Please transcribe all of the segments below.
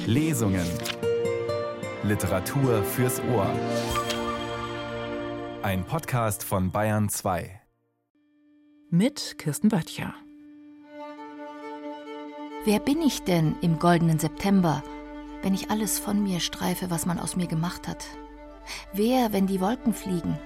Lesungen. Literatur fürs Ohr. Ein Podcast von Bayern 2. Mit Kirsten Böttcher. Wer bin ich denn im goldenen September, wenn ich alles von mir streife, was man aus mir gemacht hat? Wer, wenn die Wolken fliegen?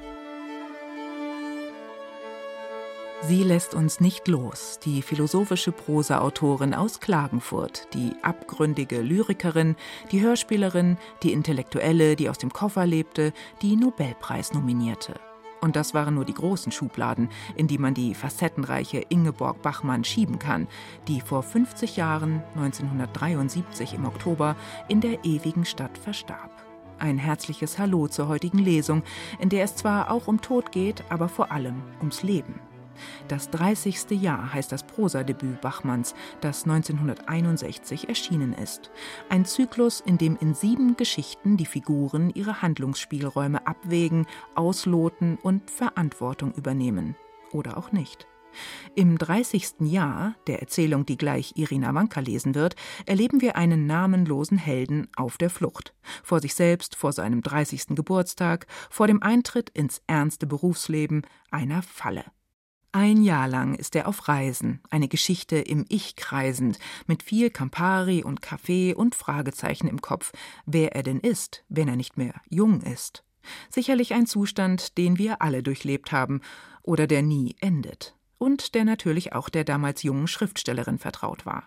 Sie lässt uns nicht los, die philosophische Prosa-Autorin aus Klagenfurt, die abgründige Lyrikerin, die Hörspielerin, die Intellektuelle, die aus dem Koffer lebte, die Nobelpreis-Nominierte. Und das waren nur die großen Schubladen, in die man die facettenreiche Ingeborg Bachmann schieben kann, die vor 50 Jahren, 1973 im Oktober, in der ewigen Stadt verstarb. Ein herzliches Hallo zur heutigen Lesung, in der es zwar auch um Tod geht, aber vor allem ums Leben. Das 30. Jahr heißt das Prosadebüt Bachmanns, das 1961 erschienen ist. Ein Zyklus, in dem in 7 Geschichten die Figuren ihre Handlungsspielräume abwägen, ausloten und Verantwortung übernehmen. Oder auch nicht. Im 30. Jahr, der Erzählung, die gleich Irina Wanka lesen wird, erleben wir einen namenlosen Helden auf der Flucht. Vor sich selbst, vor seinem 30. Geburtstag, vor dem Eintritt ins ernste Berufsleben, einer Falle. Ein Jahr lang ist er auf Reisen, eine Geschichte im Ich kreisend, mit viel Campari und Kaffee und Fragezeichen im Kopf, wer er denn ist, wenn er nicht mehr jung ist. Sicherlich ein Zustand, den wir alle durchlebt haben oder der nie endet und der natürlich auch der damals jungen Schriftstellerin vertraut war.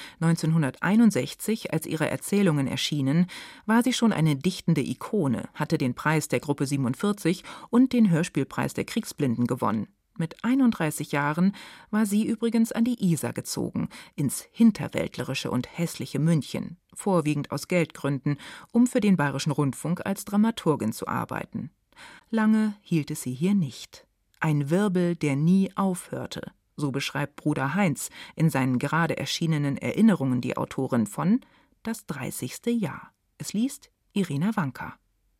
1961, als ihre Erzählungen erschienen, war sie schon eine dichtende Ikone, hatte den Preis der Gruppe 47 und den Hörspielpreis der Kriegsblinden gewonnen. Mit 31 Jahren war sie übrigens an die Isar gezogen, ins hinterwäldlerische und hässliche München, vorwiegend aus Geldgründen, um für den Bayerischen Rundfunk als Dramaturgin zu arbeiten. Lange hielt es sie hier nicht. Ein Wirbel, der nie aufhörte, so beschreibt Bruder Heinz in seinen gerade erschienenen Erinnerungen die Autorin von Das 30. Jahr. Es liest Irina Wanka.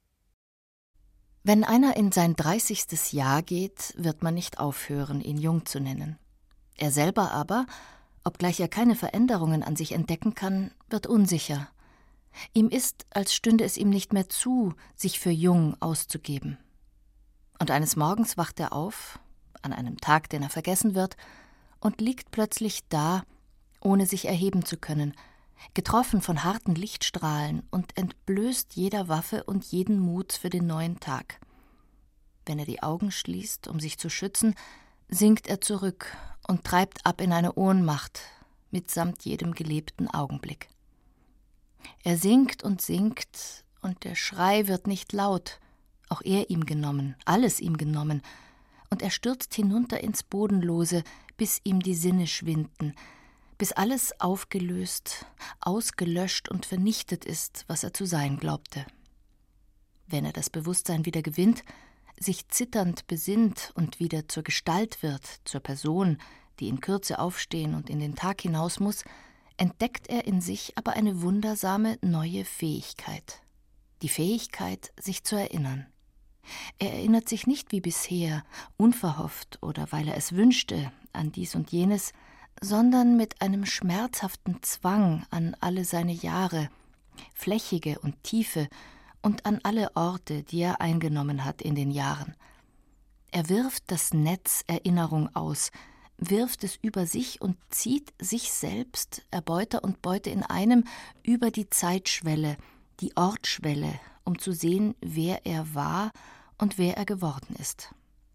Wenn einer in sein 30. Jahr geht, wird man nicht aufhören, ihn jung zu nennen. Er selber aber, obgleich er keine Veränderungen an sich entdecken kann, wird unsicher. Ihm ist, als stünde es ihm nicht mehr zu, sich für jung auszugeben. Und eines Morgens wacht er auf, an einem Tag, den er vergessen wird, und liegt plötzlich da, ohne sich erheben zu können, getroffen von harten Lichtstrahlen und entblößt jeder Waffe und jeden Mut für den neuen Tag. Wenn er die Augen schließt, um sich zu schützen, sinkt er zurück und treibt ab in eine Ohnmacht, mitsamt jedem gelebten Augenblick. Er sinkt und der Schrei wird nicht laut, auch er ihm genommen, alles ihm genommen, und er stürzt hinunter ins Bodenlose, bis ihm die Sinne schwinden, bis alles aufgelöst, ausgelöscht und vernichtet ist, was er zu sein glaubte. Wenn er das Bewusstsein wieder gewinnt, sich zitternd besinnt und wieder zur Gestalt wird, zur Person, die in Kürze aufstehen und in den Tag hinaus muss, entdeckt er in sich aber eine wundersame neue Fähigkeit. Die Fähigkeit, sich zu erinnern. Er erinnert sich nicht wie bisher, unverhofft oder weil er es wünschte, an dies und jenes, sondern mit einem schmerzhaften Zwang an alle seine Jahre, flächige und tiefe, und an alle Orte, die er eingenommen hat in den Jahren. Er wirft das Netz Erinnerung aus, wirft es über sich und zieht sich selbst, Erbeuter und Beute in einem, über die Zeitschwelle, die Ortschwelle, um zu sehen, wer er war und wer er geworden ist.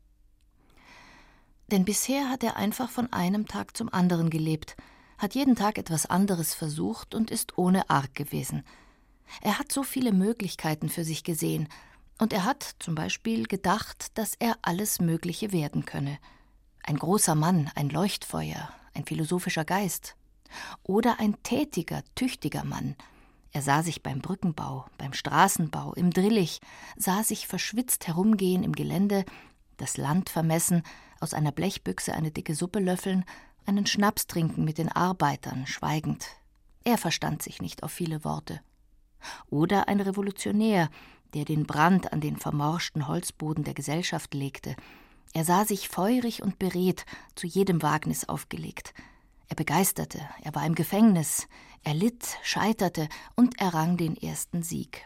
Denn bisher hat er einfach von einem Tag zum anderen gelebt, hat jeden Tag etwas anderes versucht und ist ohne Arg gewesen. Er hat so viele Möglichkeiten für sich gesehen und er hat zum Beispiel gedacht, dass er alles Mögliche werden könne. Ein großer Mann, ein Leuchtfeuer, ein philosophischer Geist oder ein tätiger, tüchtiger Mann. Er sah sich beim Brückenbau, beim Straßenbau, im Drillich, sah sich verschwitzt herumgehen im Gelände, das Land vermessen, aus einer Blechbüchse eine dicke Suppe löffeln, einen Schnaps trinken mit den Arbeitern, schweigend. Er verstand sich nicht auf viele Worte. Oder ein Revolutionär, der den Brand an den vermorschten Holzboden der Gesellschaft legte. Er sah sich feurig und beredt, zu jedem Wagnis aufgelegt. Er begeisterte, er war im Gefängnis, er litt, scheiterte und errang den ersten Sieg.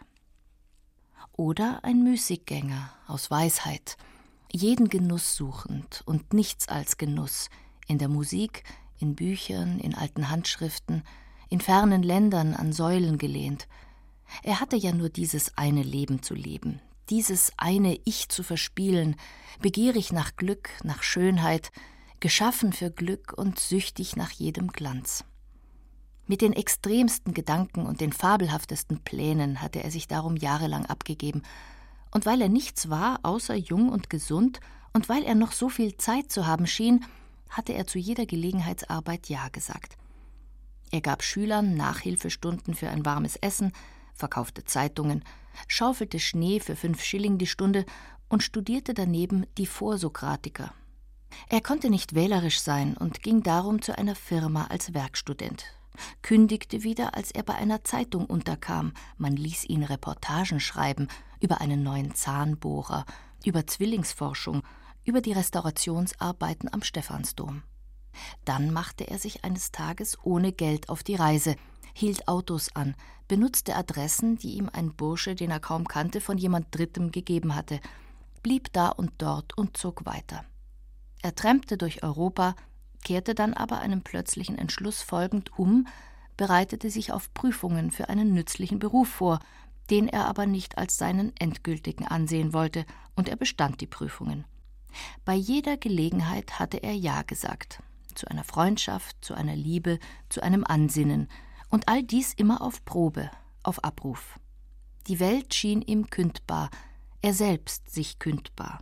Oder ein Müßiggänger aus Weisheit, jeden Genuss suchend und nichts als Genuss, in der Musik, in Büchern, in alten Handschriften, in fernen Ländern an Säulen gelehnt. Er hatte ja nur dieses eine Leben zu leben, dieses eine Ich zu verspielen, begierig nach Glück, nach Schönheit, geschaffen für Glück und süchtig nach jedem Glanz. Mit den extremsten Gedanken und den fabelhaftesten Plänen hatte er sich darum jahrelang abgegeben. Und weil er nichts war, außer jung und gesund, und weil er noch so viel Zeit zu haben schien, hatte er zu jeder Gelegenheitsarbeit Ja gesagt. Er gab Schülern Nachhilfestunden für ein warmes Essen, verkaufte Zeitungen, schaufelte Schnee für 5 Schilling die Stunde und studierte daneben die Vorsokratiker. Er konnte nicht wählerisch sein und ging darum zu einer Firma als Werkstudent, kündigte wieder, als er bei einer Zeitung unterkam. Man ließ ihn Reportagen schreiben über einen neuen Zahnbohrer, über Zwillingsforschung, über die Restaurationsarbeiten am Stephansdom. Dann machte er sich eines Tages ohne Geld auf die Reise, hielt Autos an, benutzte Adressen, die ihm ein Bursche, den er kaum kannte, von jemand Drittem gegeben hatte, blieb da und dort und zog weiter. Er trampte durch Europa, kehrte dann aber einem plötzlichen Entschluss folgend um, bereitete sich auf Prüfungen für einen nützlichen Beruf vor, den er aber nicht als seinen endgültigen ansehen wollte, und er bestand die Prüfungen. Bei jeder Gelegenheit hatte er Ja gesagt, zu einer Freundschaft, zu einer Liebe, zu einem Ansinnen, und all dies immer auf Probe, auf Abruf. Die Welt schien ihm kündbar, er selbst sich kündbar.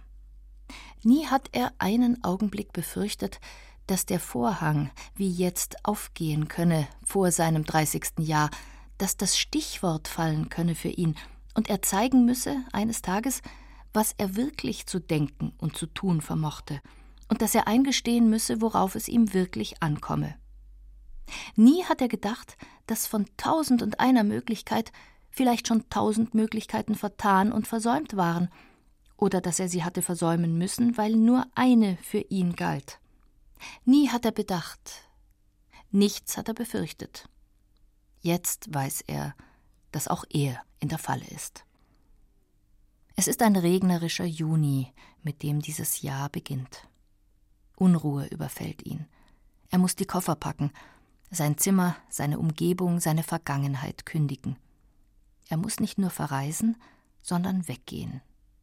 Nie hat er einen Augenblick befürchtet, dass der Vorhang wie jetzt aufgehen könne vor seinem 30. Jahr, dass das Stichwort fallen könne für ihn und er zeigen müsse, eines Tages, was er wirklich zu denken und zu tun vermochte und dass er eingestehen müsse, worauf es ihm wirklich ankomme. Nie hat er gedacht, dass von 1001 Möglichkeit vielleicht schon 1000 Möglichkeiten vertan und versäumt waren, oder dass er sie hatte versäumen müssen, weil nur eine für ihn galt. Nie hat er bedacht, nichts hat er befürchtet. Jetzt weiß er, dass auch er in der Falle ist. Es ist ein regnerischer Juni, mit dem dieses Jahr beginnt. Unruhe überfällt ihn. Er muss die Koffer packen, sein Zimmer, seine Umgebung, seine Vergangenheit kündigen. Er muss nicht nur verreisen, sondern weggehen.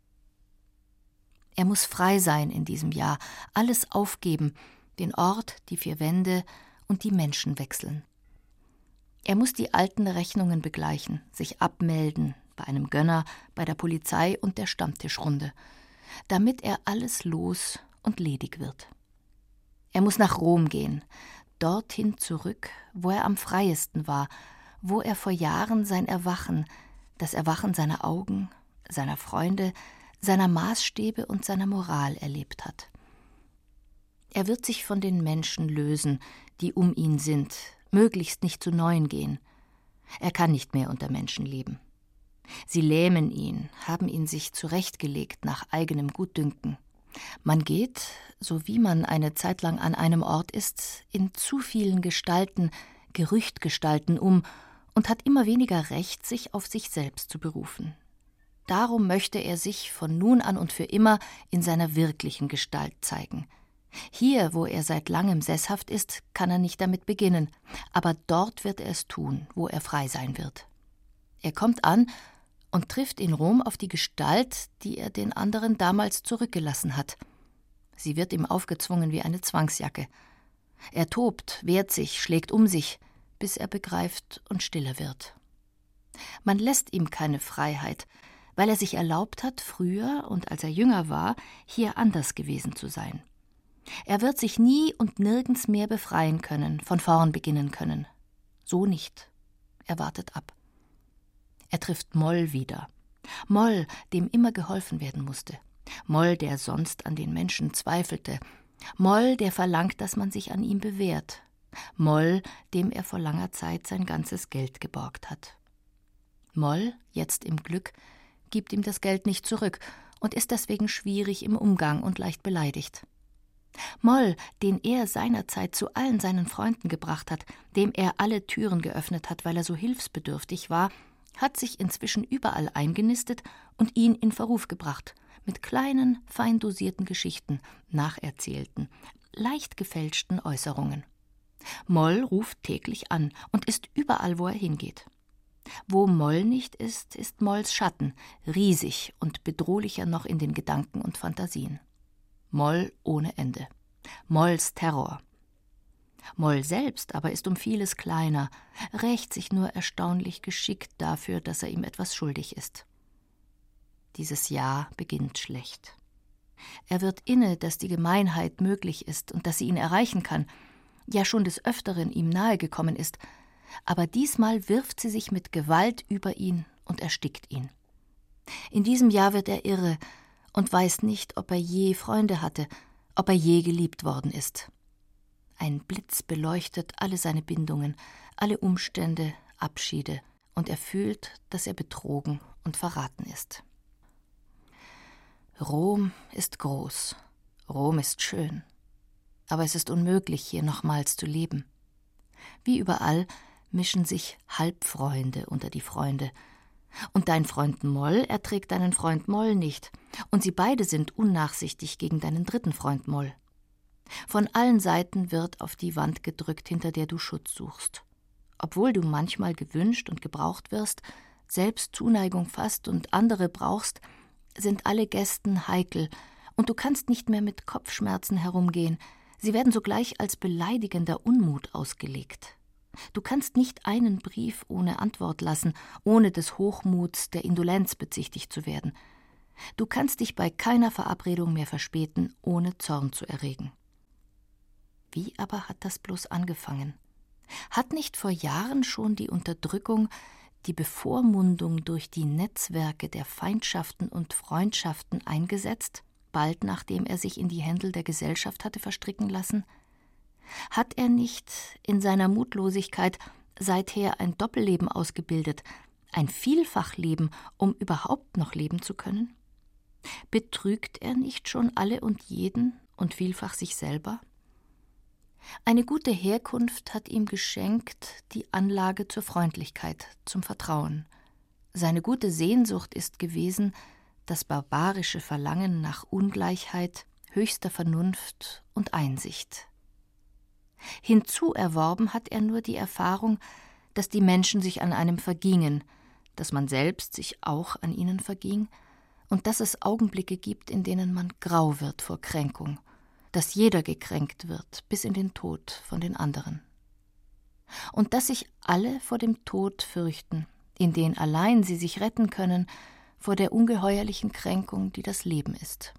Er muss frei sein in diesem Jahr, alles aufgeben, den Ort, die 4 Wände und die Menschen wechseln. Er muss die alten Rechnungen begleichen, sich abmelden, bei einem Gönner, bei der Polizei und der Stammtischrunde, damit er alles los und ledig wird. Er muss nach Rom gehen, dorthin zurück, wo er am freiesten war, wo er vor Jahren sein Erwachen, das Erwachen seiner Augen, seiner Freunde, seiner Maßstäbe und seiner Moral erlebt hat. Er wird sich von den Menschen lösen, die um ihn sind, möglichst nicht zu neuen gehen. Er kann nicht mehr unter Menschen leben. Sie lähmen ihn, haben ihn sich zurechtgelegt nach eigenem Gutdünken. Man geht, so wie man eine Zeit lang an einem Ort ist, in zu vielen Gestalten, Gerüchtgestalten um und hat immer weniger Recht, sich auf sich selbst zu berufen. Darum möchte er sich von nun an und für immer in seiner wirklichen Gestalt zeigen. Hier, wo er seit langem sesshaft ist, kann er nicht damit beginnen, aber dort wird er es tun, wo er frei sein wird. Er kommt an und trifft in Rom auf die Gestalt, die er den anderen damals zurückgelassen hat. Sie wird ihm aufgezwungen wie eine Zwangsjacke. Er tobt, wehrt sich, schlägt um sich, bis er begreift und stiller wird. Man lässt ihm keine Freiheit, weil er sich erlaubt hat, früher und als er jünger war, hier anders gewesen zu sein. Er wird sich nie und nirgends mehr befreien können, von vorn beginnen können. So nicht. Er wartet ab. Er trifft Moll wieder. Moll, dem immer geholfen werden musste. Moll, der sonst an den Menschen zweifelte. Moll, der verlangt, dass man sich an ihm bewährt. Moll, dem er vor langer Zeit sein ganzes Geld geborgt hat. Moll, jetzt im Glück, gibt ihm das Geld nicht zurück und ist deswegen schwierig im Umgang und leicht beleidigt. Moll, den er seinerzeit zu allen seinen Freunden gebracht hat, dem er alle Türen geöffnet hat, weil er so hilfsbedürftig war, hat sich inzwischen überall eingenistet und ihn in Verruf gebracht, mit kleinen, fein dosierten Geschichten, nacherzählten, leicht gefälschten Äußerungen. Moll ruft täglich an und ist überall, wo er hingeht. Wo Moll nicht ist, ist Molls Schatten, riesig und bedrohlicher noch in den Gedanken und Fantasien. Moll ohne Ende. Molls Terror. Moll selbst aber ist um vieles kleiner, rächt sich nur erstaunlich geschickt dafür, dass er ihm etwas schuldig ist. Dieses Jahr beginnt schlecht. Er wird inne, dass die Gemeinheit möglich ist und dass sie ihn erreichen kann, ja schon des Öfteren ihm nahegekommen ist, aber diesmal wirft sie sich mit Gewalt über ihn und erstickt ihn. In diesem Jahr wird er irre und weiß nicht, ob er je Freunde hatte, ob er je geliebt worden ist. Ein Blitz beleuchtet alle seine Bindungen, alle Umstände, Abschiede, und er fühlt, dass er betrogen und verraten ist. Rom ist groß, Rom ist schön, aber es ist unmöglich, hier nochmals zu leben. Wie überall mischen sich Halbfreunde unter die Freunde, und dein Freund Moll erträgt deinen Freund Moll nicht, und sie beide sind unnachsichtig gegen deinen dritten Freund Moll. Von allen Seiten wird auf die Wand gedrückt, hinter der du Schutz suchst. Obwohl du manchmal gewünscht und gebraucht wirst, selbst Zuneigung fasst und andere brauchst, sind alle Gesten heikel, und du kannst nicht mehr mit Kopfschmerzen herumgehen, sie werden sogleich als beleidigender Unmut ausgelegt. Du kannst nicht einen Brief ohne Antwort lassen, ohne des Hochmuts, der Indolenz bezichtigt zu werden. Du kannst dich bei keiner Verabredung mehr verspäten, ohne Zorn zu erregen. Wie aber hat das bloß angefangen? Hat nicht vor Jahren schon die Unterdrückung, die Bevormundung durch die Netzwerke der Feindschaften und Freundschaften eingesetzt, bald nachdem er sich in die Händel der Gesellschaft hatte verstricken lassen? Hat er nicht in seiner Mutlosigkeit seither ein Doppelleben ausgebildet, ein Vielfachleben, um überhaupt noch leben zu können? Betrügt er nicht schon alle und jeden und vielfach sich selber? Eine gute Herkunft hat ihm geschenkt die Anlage zur Freundlichkeit, zum Vertrauen. Seine gute Sehnsucht ist gewesen das barbarische Verlangen nach Ungleichheit, höchster Vernunft und Einsicht. Hinzu erworben hat er nur die Erfahrung, dass die Menschen sich an einem vergingen, dass man selbst sich auch an ihnen verging und dass es Augenblicke gibt, in denen man grau wird vor Kränkung, dass jeder gekränkt wird, bis in den Tod von den anderen. Und dass sich alle vor dem Tod fürchten, in den allein sie sich retten können, vor der ungeheuerlichen Kränkung, die das Leben ist.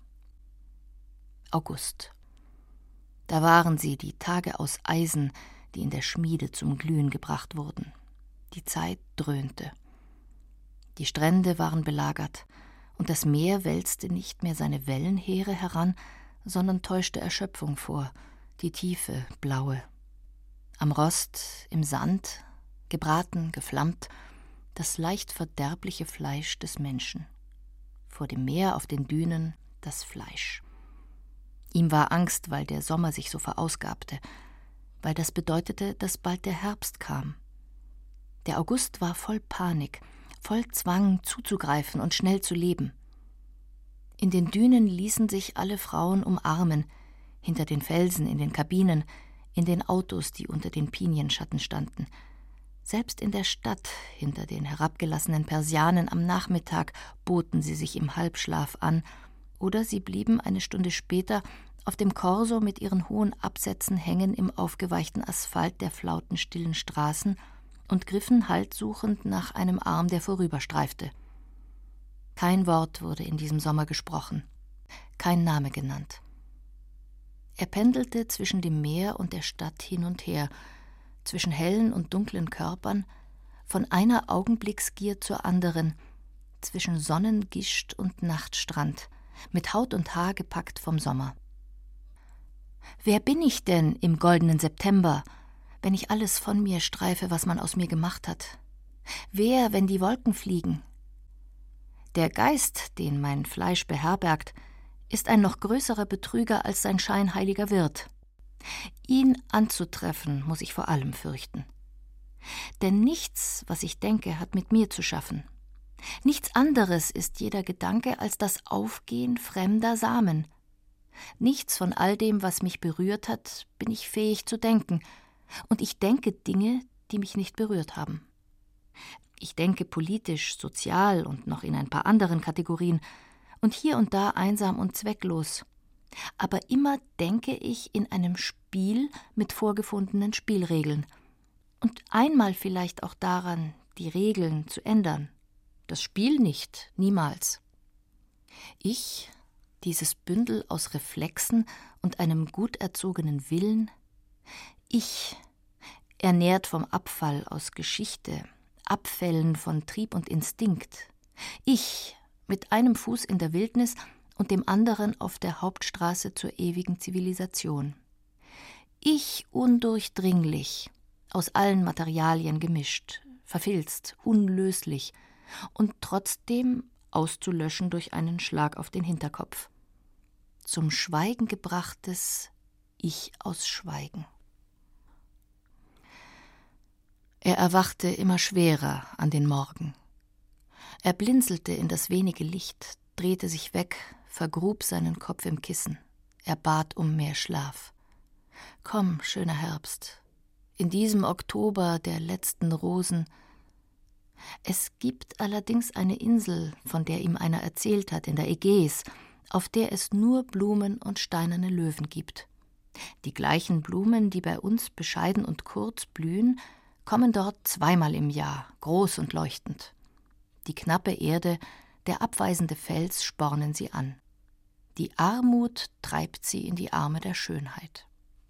August. Da waren sie, die Tage aus Eisen, die in der Schmiede zum Glühen gebracht wurden. Die Zeit dröhnte. Die Strände waren belagert, und das Meer wälzte nicht mehr seine Wellenheere heran, sondern täuschte Erschöpfung vor, die tiefe, blaue. Am Rost, im Sand, gebraten, geflammt, das leicht verderbliche Fleisch des Menschen. Vor dem Meer auf den Dünen das Fleisch. Ihm war Angst, weil der Sommer sich so verausgabte, weil das bedeutete, dass bald der Herbst kam. Der August war voll Panik, voll Zwang, zuzugreifen und schnell zu leben. In den Dünen ließen sich alle Frauen umarmen, hinter den Felsen, in den Kabinen, in den Autos, die unter den Pinienschatten standen. Selbst in der Stadt, hinter den herabgelassenen Persianen am Nachmittag, boten sie sich im Halbschlaf an, oder sie blieben eine Stunde später auf dem Korso mit ihren hohen Absätzen hängen im aufgeweichten Asphalt der flautenstillen Straßen und griffen haltsuchend nach einem Arm, der vorüberstreifte. Kein Wort wurde in diesem Sommer gesprochen, kein Name genannt. Er pendelte zwischen dem Meer und der Stadt hin und her, zwischen hellen und dunklen Körpern, von einer Augenblicksgier zur anderen, zwischen Sonnengischt und Nachtstrand, mit Haut und Haar gepackt vom Sommer. Wer bin ich denn im goldenen September, wenn ich alles von mir streife, was man aus mir gemacht hat? Wer, wenn die Wolken fliegen? Der Geist, den mein Fleisch beherbergt, ist ein noch größerer Betrüger als sein scheinheiliger Wirt. Ihn anzutreffen, muss ich vor allem fürchten. Denn nichts, was ich denke, hat mit mir zu schaffen. Nichts anderes ist jeder Gedanke als das Aufgehen fremder Samen. Nichts von all dem, was mich berührt hat, bin ich fähig zu denken. Und ich denke Dinge, die mich nicht berührt haben. Ich denke politisch, sozial und noch in ein paar anderen Kategorien und hier und da einsam und zwecklos. Aber immer denke ich in einem Spiel mit vorgefundenen Spielregeln. Und einmal vielleicht auch daran, die Regeln zu ändern. Das Spiel nicht, niemals. Ich, dieses Bündel aus Reflexen und einem gut erzogenen Willen, ich, ernährt vom Abfall aus Geschichte, Abfällen von Trieb und Instinkt, ich, mit einem Fuß in der Wildnis und dem anderen auf der Hauptstraße zur ewigen Zivilisation. Ich undurchdringlich, aus allen Materialien gemischt, verfilzt, unlöslich und trotzdem auszulöschen durch einen Schlag auf den Hinterkopf. Zum Schweigen gebrachtes Ich aus Schweigen. Er erwachte immer schwerer an den Morgen. Er blinzelte in das wenige Licht, drehte sich weg, vergrub seinen Kopf im Kissen. Er bat um mehr Schlaf. Komm, schöner Herbst, in diesem Oktober der letzten Rosen. Es gibt allerdings eine Insel, von der ihm einer erzählt hat, in der Ägäis, auf der es nur Blumen und steinerne Löwen gibt. Die gleichen Blumen, die bei uns bescheiden und kurz blühen, kommen dort zweimal im Jahr, groß und leuchtend. Die knappe Erde, der abweisende Fels spornen sie an. Die Armut treibt sie in die Arme der Schönheit.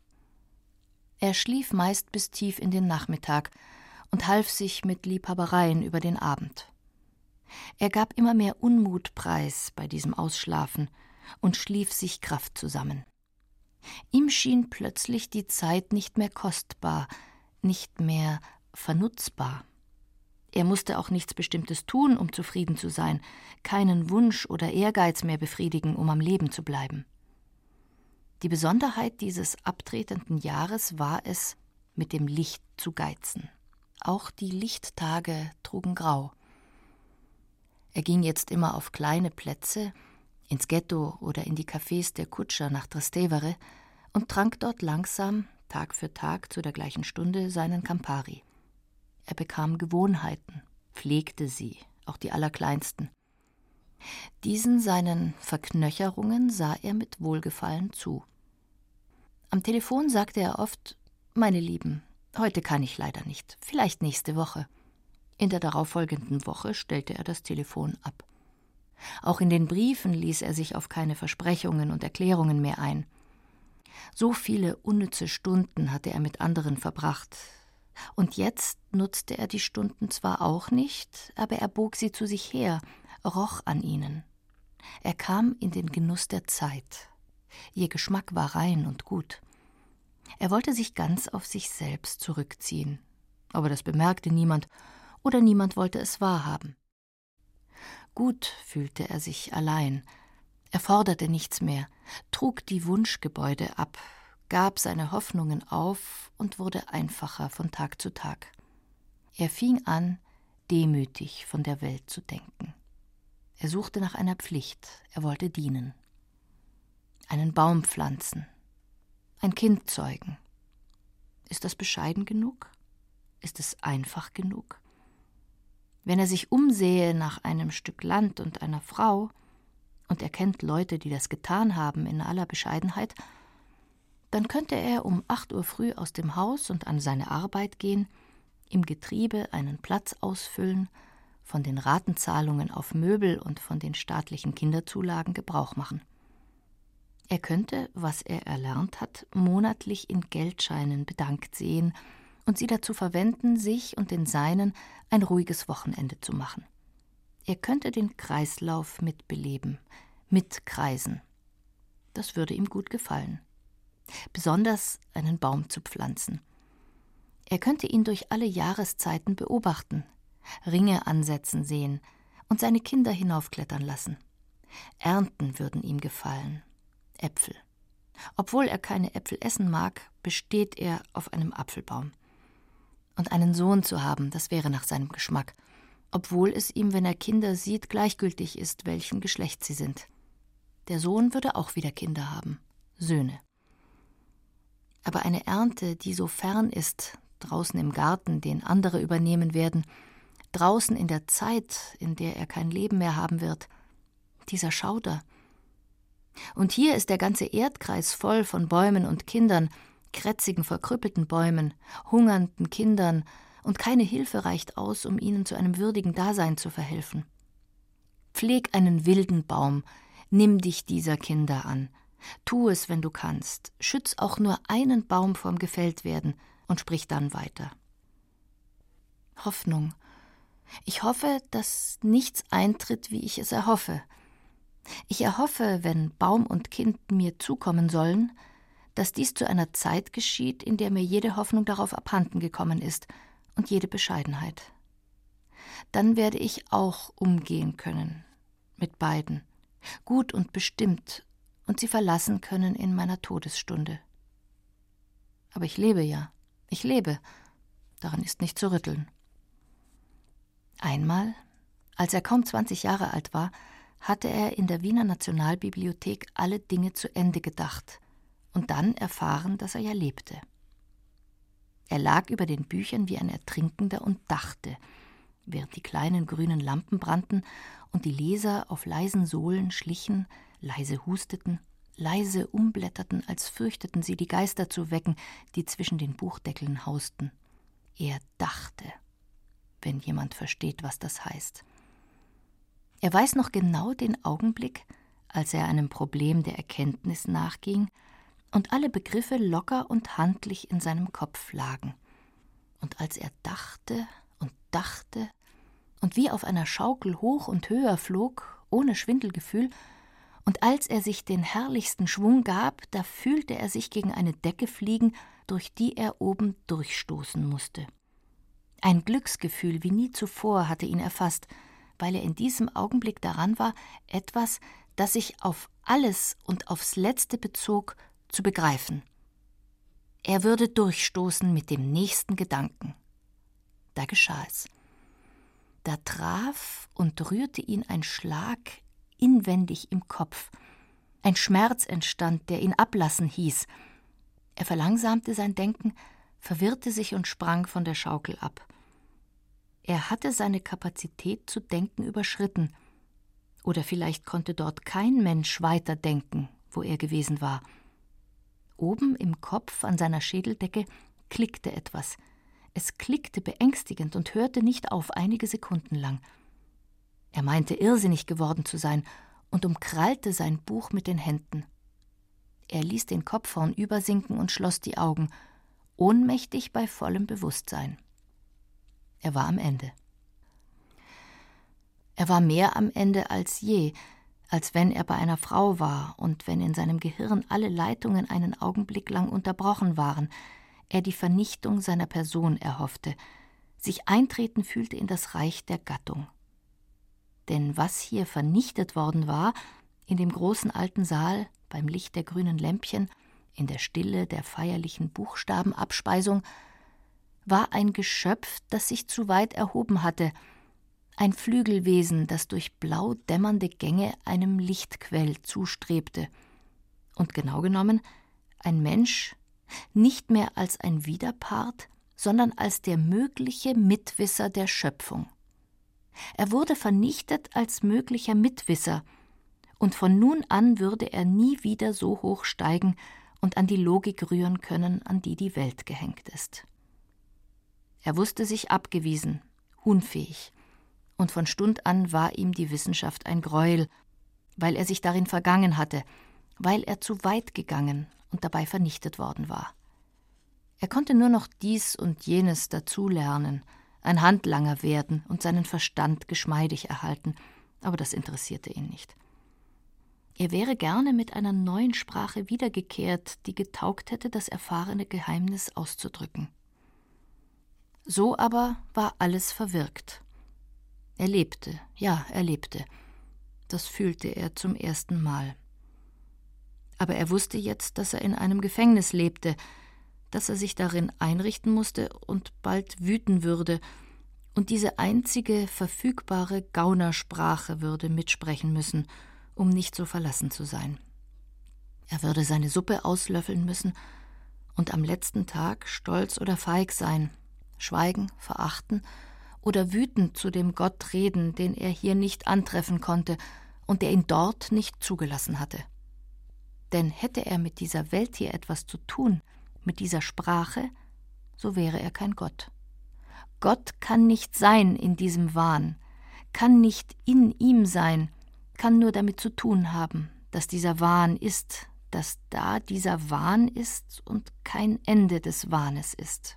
Er schlief meist bis tief in den Nachmittag und half sich mit Liebhabereien über den Abend. Er gab immer mehr Unmut preis bei diesem Ausschlafen und schlief sich Kraft zusammen. Ihm schien plötzlich die Zeit nicht mehr kostbar, nicht mehr vernutzbar. Er musste auch nichts Bestimmtes tun, um zufrieden zu sein, keinen Wunsch oder Ehrgeiz mehr befriedigen, um am Leben zu bleiben. Die Besonderheit dieses abtretenden Jahres war es, mit dem Licht zu geizen. Auch die Lichttage trugen grau. Er ging jetzt immer auf kleine Plätze, ins Ghetto oder in die Cafés der Kutscher nach Trastevere und trank dort langsam, Tag für Tag zu der gleichen Stunde, seinen Campari. Er bekam Gewohnheiten, pflegte sie, auch die allerkleinsten. Diesen seinen Verknöcherungen sah er mit Wohlgefallen zu. Am Telefon sagte er oft: »Meine Lieben, heute kann ich leider nicht, vielleicht nächste Woche.« In der darauffolgenden Woche stellte er das Telefon ab. Auch in den Briefen ließ er sich auf keine Versprechungen und Erklärungen mehr ein. So viele unnütze Stunden hatte er mit anderen verbracht. Und jetzt nutzte er die Stunden zwar auch nicht, aber er bog sie zu sich her, roch an ihnen. Er kam in den Genuss der Zeit. Ihr Geschmack war rein und gut. Er wollte sich ganz auf sich selbst zurückziehen. Aber das bemerkte niemand, oder niemand wollte es wahrhaben. Gut fühlte er sich allein. Er forderte nichts mehr, trug die Wunschgebäude ab, gab seine Hoffnungen auf und wurde einfacher von Tag zu Tag. Er fing an, demütig von der Welt zu denken. Er suchte nach einer Pflicht, er wollte dienen. Einen Baum pflanzen, ein Kind zeugen. Ist das bescheiden genug? Ist es einfach genug? Wenn er sich umsähe nach einem Stück Land und einer Frau, und er kennt Leute, die das getan haben in aller Bescheidenheit, dann könnte er um 8 Uhr früh aus dem Haus und an seine Arbeit gehen, im Getriebe einen Platz ausfüllen, von den Ratenzahlungen auf Möbel und von den staatlichen Kinderzulagen Gebrauch machen. Er könnte, was er erlernt hat, monatlich in Geldscheinen bedankt sehen und sie dazu verwenden, sich und den Seinen ein ruhiges Wochenende zu machen. Er könnte den Kreislauf mitbeleben, mitkreisen. Das würde ihm gut gefallen. Besonders einen Baum zu pflanzen. Er könnte ihn durch alle Jahreszeiten beobachten, Ringe ansetzen sehen und seine Kinder hinaufklettern lassen. Ernten würden ihm gefallen. Äpfel. Obwohl er keine Äpfel essen mag, besteht er auf einem Apfelbaum. Und einen Sohn zu haben, das wäre nach seinem Geschmack, obwohl es ihm, wenn er Kinder sieht, gleichgültig ist, welchen Geschlecht sie sind. Der Sohn würde auch wieder Kinder haben, Söhne. Aber eine Ernte, die so fern ist, draußen im Garten, den andere übernehmen werden, draußen in der Zeit, in der er kein Leben mehr haben wird, dieser Schauder. Und hier ist der ganze Erdkreis voll von Bäumen und Kindern, krätzigen, verkrüppelten Bäumen, hungernden Kindern, und keine Hilfe reicht aus, um ihnen zu einem würdigen Dasein zu verhelfen. Pfleg einen wilden Baum, nimm dich dieser Kinder an. Tu es, wenn du kannst. Schütz auch nur einen Baum vorm Gefälltwerden und sprich dann weiter. Hoffnung. Ich hoffe, dass nichts eintritt, wie ich es erhoffe. Ich erhoffe, wenn Baum und Kind mir zukommen sollen, dass dies zu einer Zeit geschieht, in der mir jede Hoffnung darauf abhanden gekommen ist und jede Bescheidenheit. Dann werde ich auch umgehen können mit beiden, gut und bestimmt, und sie verlassen können in meiner Todesstunde. Aber ich lebe ja, ich lebe, daran ist nicht zu rütteln. Einmal, als er kaum 20 Jahre alt war, hatte er in der Wiener Nationalbibliothek alle Dinge zu Ende gedacht und dann erfahren, dass er ja lebte. Er lag über den Büchern wie ein Ertrinkender und dachte, während die kleinen grünen Lampen brannten und die Leser auf leisen Sohlen schlichen, leise husteten, leise umblätterten, als fürchteten sie, die Geister zu wecken, die zwischen den Buchdeckeln hausten. Er dachte, wenn jemand versteht, was das heißt. Er weiß noch genau den Augenblick, als er einem Problem der Erkenntnis nachging und alle Begriffe locker und handlich in seinem Kopf lagen. Und als er dachte und wie auf einer Schaukel hoch und höher flog, ohne Schwindelgefühl, und als er sich den herrlichsten Schwung gab, da fühlte er sich gegen eine Decke fliegen, durch die er oben durchstoßen musste. Ein Glücksgefühl wie nie zuvor hatte ihn erfasst, weil er in diesem Augenblick daran war, etwas, das sich auf alles und aufs Letzte bezog, zu begreifen. Er würde durchstoßen mit dem nächsten Gedanken. Da geschah es. Da traf und rührte ihn ein Schlag inwendig im Kopf. Ein Schmerz entstand, der ihn ablassen hieß. Er verlangsamte sein Denken, verwirrte sich und sprang von der Schaukel ab. Er hatte seine Kapazität zu denken überschritten. Oder vielleicht konnte dort kein Mensch weiter denken, wo er gewesen war. Oben im Kopf an seiner Schädeldecke klickte etwas. Es klickte beängstigend und hörte nicht auf, einige Sekunden lang. Er meinte, irrsinnig geworden zu sein und umkrallte sein Buch mit den Händen. Er ließ den Kopf vornüber sinken und schloss die Augen, ohnmächtig bei vollem Bewusstsein. Er war am Ende. Er war mehr am Ende als je, als wenn er bei einer Frau war und wenn in seinem Gehirn alle Leitungen einen Augenblick lang unterbrochen waren, er die Vernichtung seiner Person erhoffte, sich eintreten fühlte in das Reich der Gattung. Denn was hier vernichtet worden war, in dem großen alten Saal, beim Licht der grünen Lämpchen, in der Stille der feierlichen Buchstabenabspeisung, war ein Geschöpf, das sich zu weit erhoben hatte, ein Flügelwesen, das durch blau dämmernde Gänge einem Lichtquell zustrebte, und genau genommen ein Mensch, nicht mehr als ein Widerpart, sondern als der mögliche Mitwisser der Schöpfung. Er wurde vernichtet als möglicher Mitwisser, und von nun an würde er nie wieder so hoch steigen und an die Logik rühren können, an die die Welt gehängt ist. Er wusste sich abgewiesen, unfähig, und von Stund an war ihm die Wissenschaft ein Greuel, weil er sich darin vergangen hatte, weil er zu weit gegangen und dabei vernichtet worden war. Er konnte nur noch dies und jenes dazulernen, ein Handlanger werden und seinen Verstand geschmeidig erhalten, aber das interessierte ihn nicht. Er wäre gerne mit einer neuen Sprache wiedergekehrt, die getaugt hätte, das erfahrene Geheimnis auszudrücken. So aber war alles verwirkt. Er lebte, ja, er lebte. das fühlte er zum ersten Mal. Aber er wusste jetzt, dass er in einem Gefängnis lebte, dass er sich darin einrichten musste und bald wüten würde, und diese einzige verfügbare Gaunersprache würde mitsprechen müssen, um nicht so verlassen zu sein. Er würde seine Suppe auslöffeln müssen und am letzten Tag stolz oder feig sein, schweigen, verachten oder wütend zu dem Gott reden, den er hier nicht antreffen konnte und der ihn dort nicht zugelassen hatte. Denn hätte er mit dieser Welt hier etwas zu tun, mit dieser Sprache, so wäre er kein Gott. Gott kann nicht sein in diesem Wahn, kann nicht in ihm sein, kann nur damit zu tun haben, dass dieser Wahn ist, dass da dieser Wahn ist und kein Ende des Wahnes ist.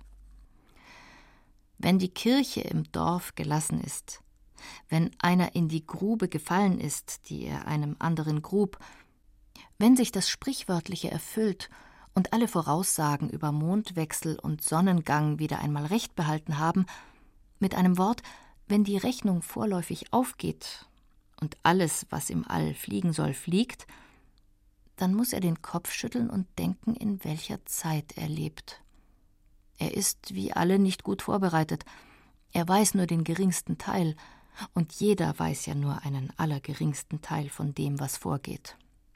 Wenn die Kirche im Dorf gelassen ist, wenn einer in die Grube gefallen ist, die er einem anderen grub, wenn sich das Sprichwörtliche erfüllt und alle Voraussagen über Mondwechsel und Sonnengang wieder einmal recht behalten haben, mit einem Wort, wenn die Rechnung vorläufig aufgeht und alles, was im All fliegen soll, fliegt, dann muss er den Kopf schütteln und denken, in welcher Zeit er lebt. Er ist wie alle nicht gut vorbereitet. Er weiß nur den geringsten Teil, und jeder weiß ja nur einen allergeringsten Teil von dem, was vorgeht.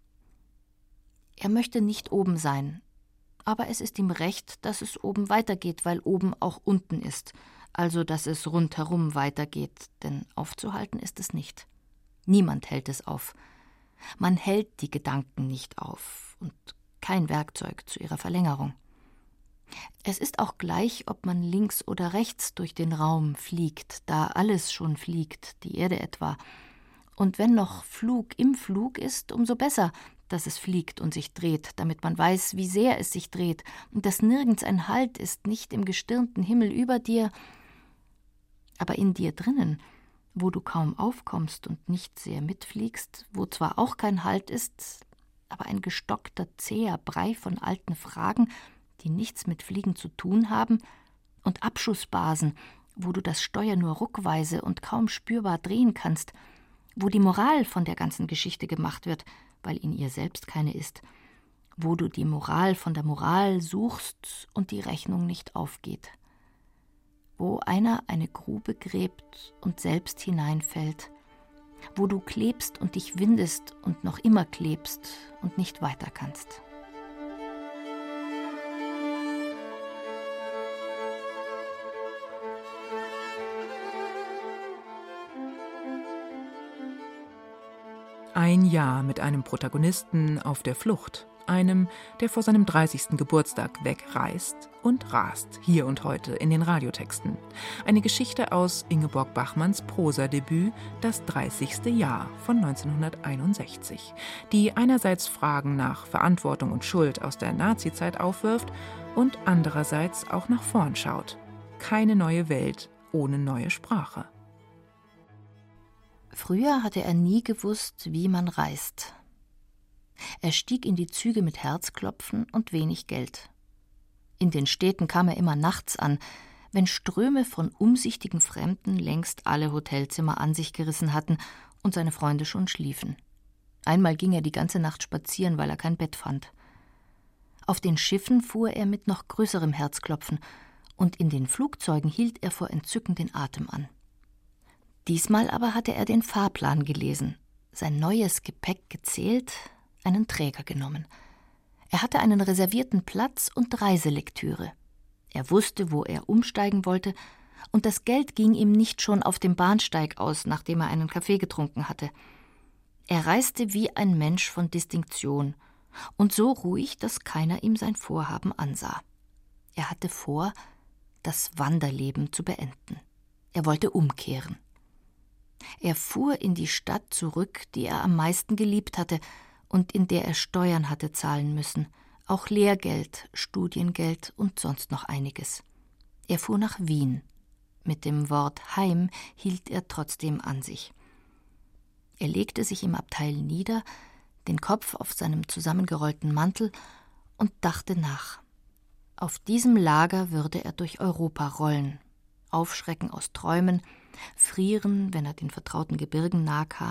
Er möchte nicht oben sein, aber es ist ihm recht, dass es oben weitergeht, weil oben auch unten ist, also dass es rundherum weitergeht, denn aufzuhalten ist es nicht. Niemand hält es auf. Man hält die Gedanken nicht auf und kein Werkzeug zu ihrer Verlängerung. Es ist auch gleich, ob man links oder rechts durch den Raum fliegt, da alles schon fliegt, die Erde etwa. Und wenn noch Flug im Flug ist, umso besser, dass es fliegt und sich dreht, damit man weiß, wie sehr es sich dreht und dass nirgends ein Halt ist, nicht im gestirnten Himmel über dir, aber in dir drinnen, wo du kaum aufkommst und nicht sehr mitfliegst, wo zwar auch kein Halt ist, aber ein gestockter, zäher Brei von alten Fragen, die nichts mit Fliegen zu tun haben, und Abschussbasen, wo du das Steuer nur ruckweise und kaum spürbar drehen kannst, wo die Moral von der ganzen Geschichte gemacht wird, weil in ihr selbst keine ist, wo du die Moral von der Moral suchst und die Rechnung nicht aufgeht, wo einer eine Grube gräbt und selbst hineinfällt, wo du klebst und dich windest und noch immer klebst und nicht weiter kannst. Ein Jahr mit einem Protagonisten auf der Flucht, einem, der vor seinem 30. Geburtstag wegreist und rast, hier und heute in den Radiotexten. Eine Geschichte aus Ingeborg Bachmanns Prosadebüt »Das 30. Jahr« von 1961, die einerseits Fragen nach Verantwortung und Schuld aus der Nazizeit aufwirft und andererseits auch nach vorn schaut. Keine neue Welt ohne neue Sprache. Früher hatte er nie gewusst, wie man reist. Er stieg in die Züge mit Herzklopfen und wenig Geld. In den Städten kam er immer nachts an, wenn Ströme von umsichtigen Fremden längst alle Hotelzimmer an sich gerissen hatten und seine Freunde schon schliefen. Einmal ging er die ganze Nacht spazieren, weil er kein Bett fand. Auf den Schiffen fuhr er mit noch größerem Herzklopfen, und in den Flugzeugen hielt er vor Entzücken den Atem an. Diesmal aber hatte er den Fahrplan gelesen, sein neues Gepäck gezählt, einen Träger genommen. Er hatte einen reservierten Platz und Reiselektüre. Er wusste, wo er umsteigen wollte, und das Geld ging ihm nicht schon auf dem Bahnsteig aus, nachdem er einen Kaffee getrunken hatte. Er reiste wie ein Mensch von Distinktion und so ruhig, dass keiner ihm sein Vorhaben ansah. Er hatte vor, das Wanderleben zu beenden. Er wollte umkehren. Er fuhr in die Stadt zurück, die er am meisten geliebt hatte und in der er Steuern hatte zahlen müssen, auch Lehrgeld, Studiengeld und sonst noch einiges. Er fuhr nach Wien. Mit dem Wort Heim hielt er trotzdem an sich. Er legte sich im Abteil nieder, den Kopf auf seinem zusammengerollten Mantel und dachte nach. Auf diesem Lager würde er durch Europa rollen, aufschrecken aus Träumen, frieren, wenn er den vertrauten Gebirgen nahe kam,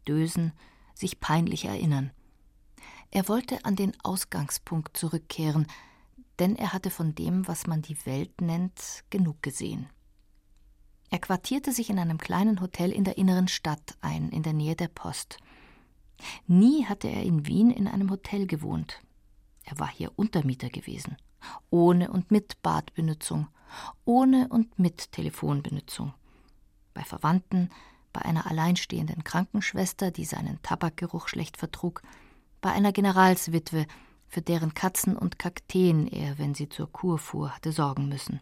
dösen, sich peinlich erinnern. Er wollte an den Ausgangspunkt zurückkehren, denn er hatte von dem, was man die Welt nennt, genug gesehen. Er quartierte sich in einem kleinen Hotel in der inneren Stadt ein, in der Nähe der Post. Nie hatte er in Wien in einem Hotel gewohnt. Er war hier Untermieter gewesen, ohne und mit Badbenutzung, ohne und mit Telefonbenutzung. Bei Verwandten, bei einer alleinstehenden Krankenschwester, die seinen Tabakgeruch schlecht vertrug, bei einer Generalswitwe, für deren Katzen und Kakteen er, wenn sie zur Kur fuhr, hatte sorgen müssen.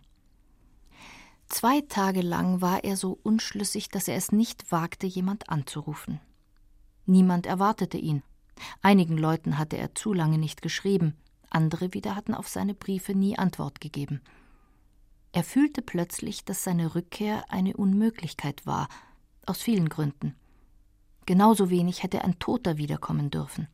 2 Tage lang war er so unschlüssig, dass er es nicht wagte, jemand anzurufen. Niemand erwartete ihn. Einigen Leuten hatte er zu lange nicht geschrieben, andere wieder hatten auf seine Briefe nie Antwort gegeben. Er fühlte plötzlich, dass seine Rückkehr eine Unmöglichkeit war, aus vielen Gründen. Genauso wenig hätte ein Toter wiederkommen dürfen.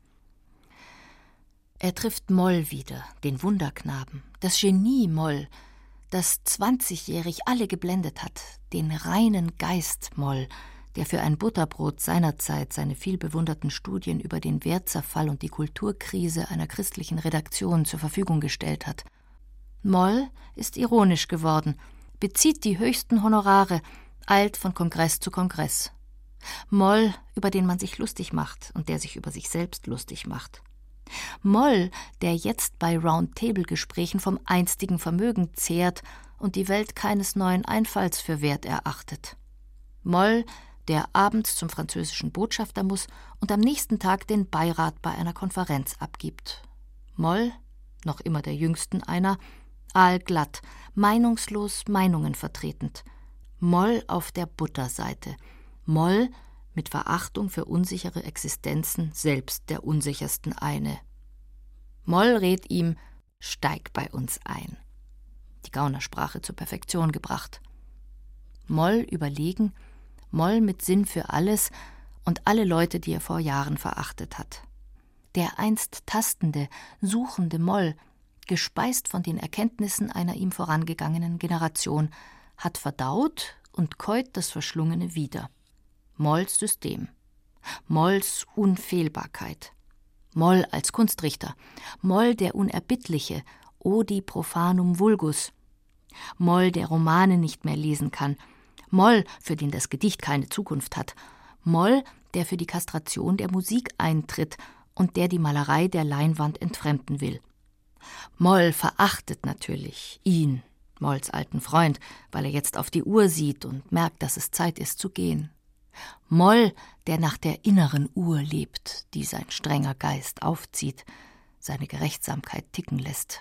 Er trifft Moll wieder, den Wunderknaben, das Genie Moll, das 20-jährig alle geblendet hat, den reinen Geist Moll, der für ein Butterbrot seinerzeit seine vielbewunderten Studien über den Wertzerfall und die Kulturkrise einer christlichen Redaktion zur Verfügung gestellt hat. Moll ist ironisch geworden, bezieht die höchsten Honorare, eilt von Kongress zu Kongress. Moll, über den man sich lustig macht und der sich über sich selbst lustig macht. Moll, der jetzt bei Roundtable-Gesprächen vom einstigen Vermögen zehrt und die Welt keines neuen Einfalls für wert erachtet. Moll, der abends zum französischen Botschafter muss und am nächsten Tag den Beirat bei einer Konferenz abgibt. Moll, noch immer der Jüngsten einer, aalglatt, meinungslos Meinungen vertretend. Moll auf der Butterseite. Moll mit Verachtung für unsichere Existenzen, selbst der unsichersten eine. Moll rät ihm, steig bei uns ein. Die Gaunersprache zur Perfektion gebracht. Moll überlegen, Moll mit Sinn für alles und alle Leute, die er vor Jahren verachtet hat. Der einst tastende, suchende Moll, gespeist von den Erkenntnissen einer ihm vorangegangenen Generation, hat verdaut und käut das Verschlungene wieder. Molls System, Molls Unfehlbarkeit, Moll als Kunstrichter, Moll der Unerbittliche, Odi profanum vulgus, Moll, der Romane nicht mehr lesen kann, Moll, für den das Gedicht keine Zukunft hat, Moll, der für die Kastration der Musik eintritt und der die Malerei der Leinwand entfremden will. Moll verachtet natürlich ihn, Molls alten Freund, weil er jetzt auf die Uhr sieht und merkt, dass es Zeit ist zu gehen. Moll, der nach der inneren Uhr lebt, die sein strenger Geist aufzieht, seine Gerechtsamkeit ticken lässt.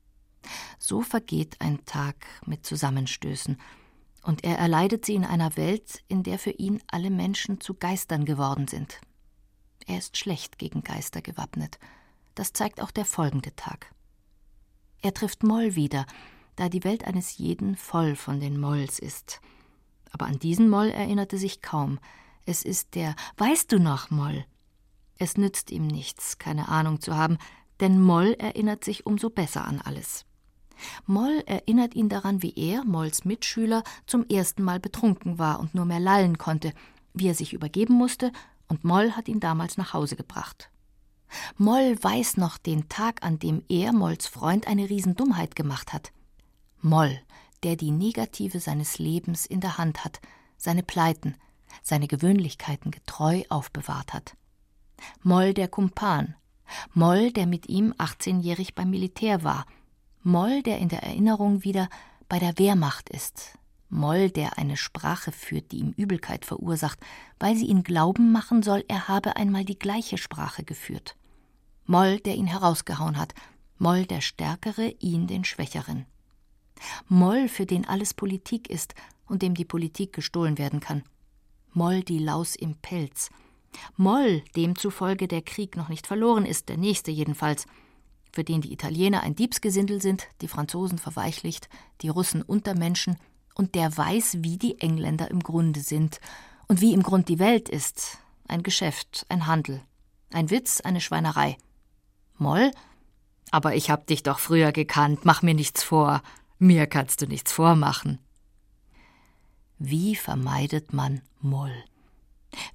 So vergeht ein Tag mit Zusammenstößen, und er erleidet sie in einer Welt, in der für ihn alle Menschen zu Geistern geworden sind. Er ist schlecht gegen Geister gewappnet. Das zeigt auch der folgende Tag. Er trifft Moll wieder, da die Welt eines jeden voll von den Molls ist. Aber an diesen Moll erinnerte sich kaum. Es ist der »Weißt du noch, Moll?« Es nützt ihm nichts, keine Ahnung zu haben, denn Moll erinnert sich umso besser an alles. Moll erinnert ihn daran, wie er, Molls Mitschüler, zum ersten Mal betrunken war und nur mehr lallen konnte, wie er sich übergeben musste, und Moll hat ihn damals nach Hause gebracht. Moll weiß noch den Tag, an dem er, Molls Freund, eine Riesendummheit gemacht hat. Moll, der die Negative seines Lebens in der Hand hat, seine Pleiten, seine Gewöhnlichkeiten getreu aufbewahrt hat. Moll, der Kumpan, Moll, der mit ihm 18-jährig beim Militär war, Moll, der in der Erinnerung wieder bei der Wehrmacht ist, Moll, der eine Sprache führt, die ihm Übelkeit verursacht, weil sie ihn glauben machen soll, er habe einmal die gleiche Sprache geführt. Moll, der ihn herausgehauen hat, Moll, der Stärkere, ihn den Schwächeren. Moll, für den alles Politik ist und dem die Politik gestohlen werden kann. Moll, die Laus im Pelz. Moll, demzufolge der Krieg noch nicht verloren ist, der nächste jedenfalls, für den die Italiener ein Diebsgesindel sind, die Franzosen verweichlicht, die Russen Untermenschen und der weiß, wie die Engländer im Grunde sind und wie im Grund die Welt ist. Ein Geschäft, ein Handel, ein Witz, eine Schweinerei. Moll, aber ich hab dich doch früher gekannt, mach mir nichts vor. Mir kannst du nichts vormachen. Wie vermeidet man Moll?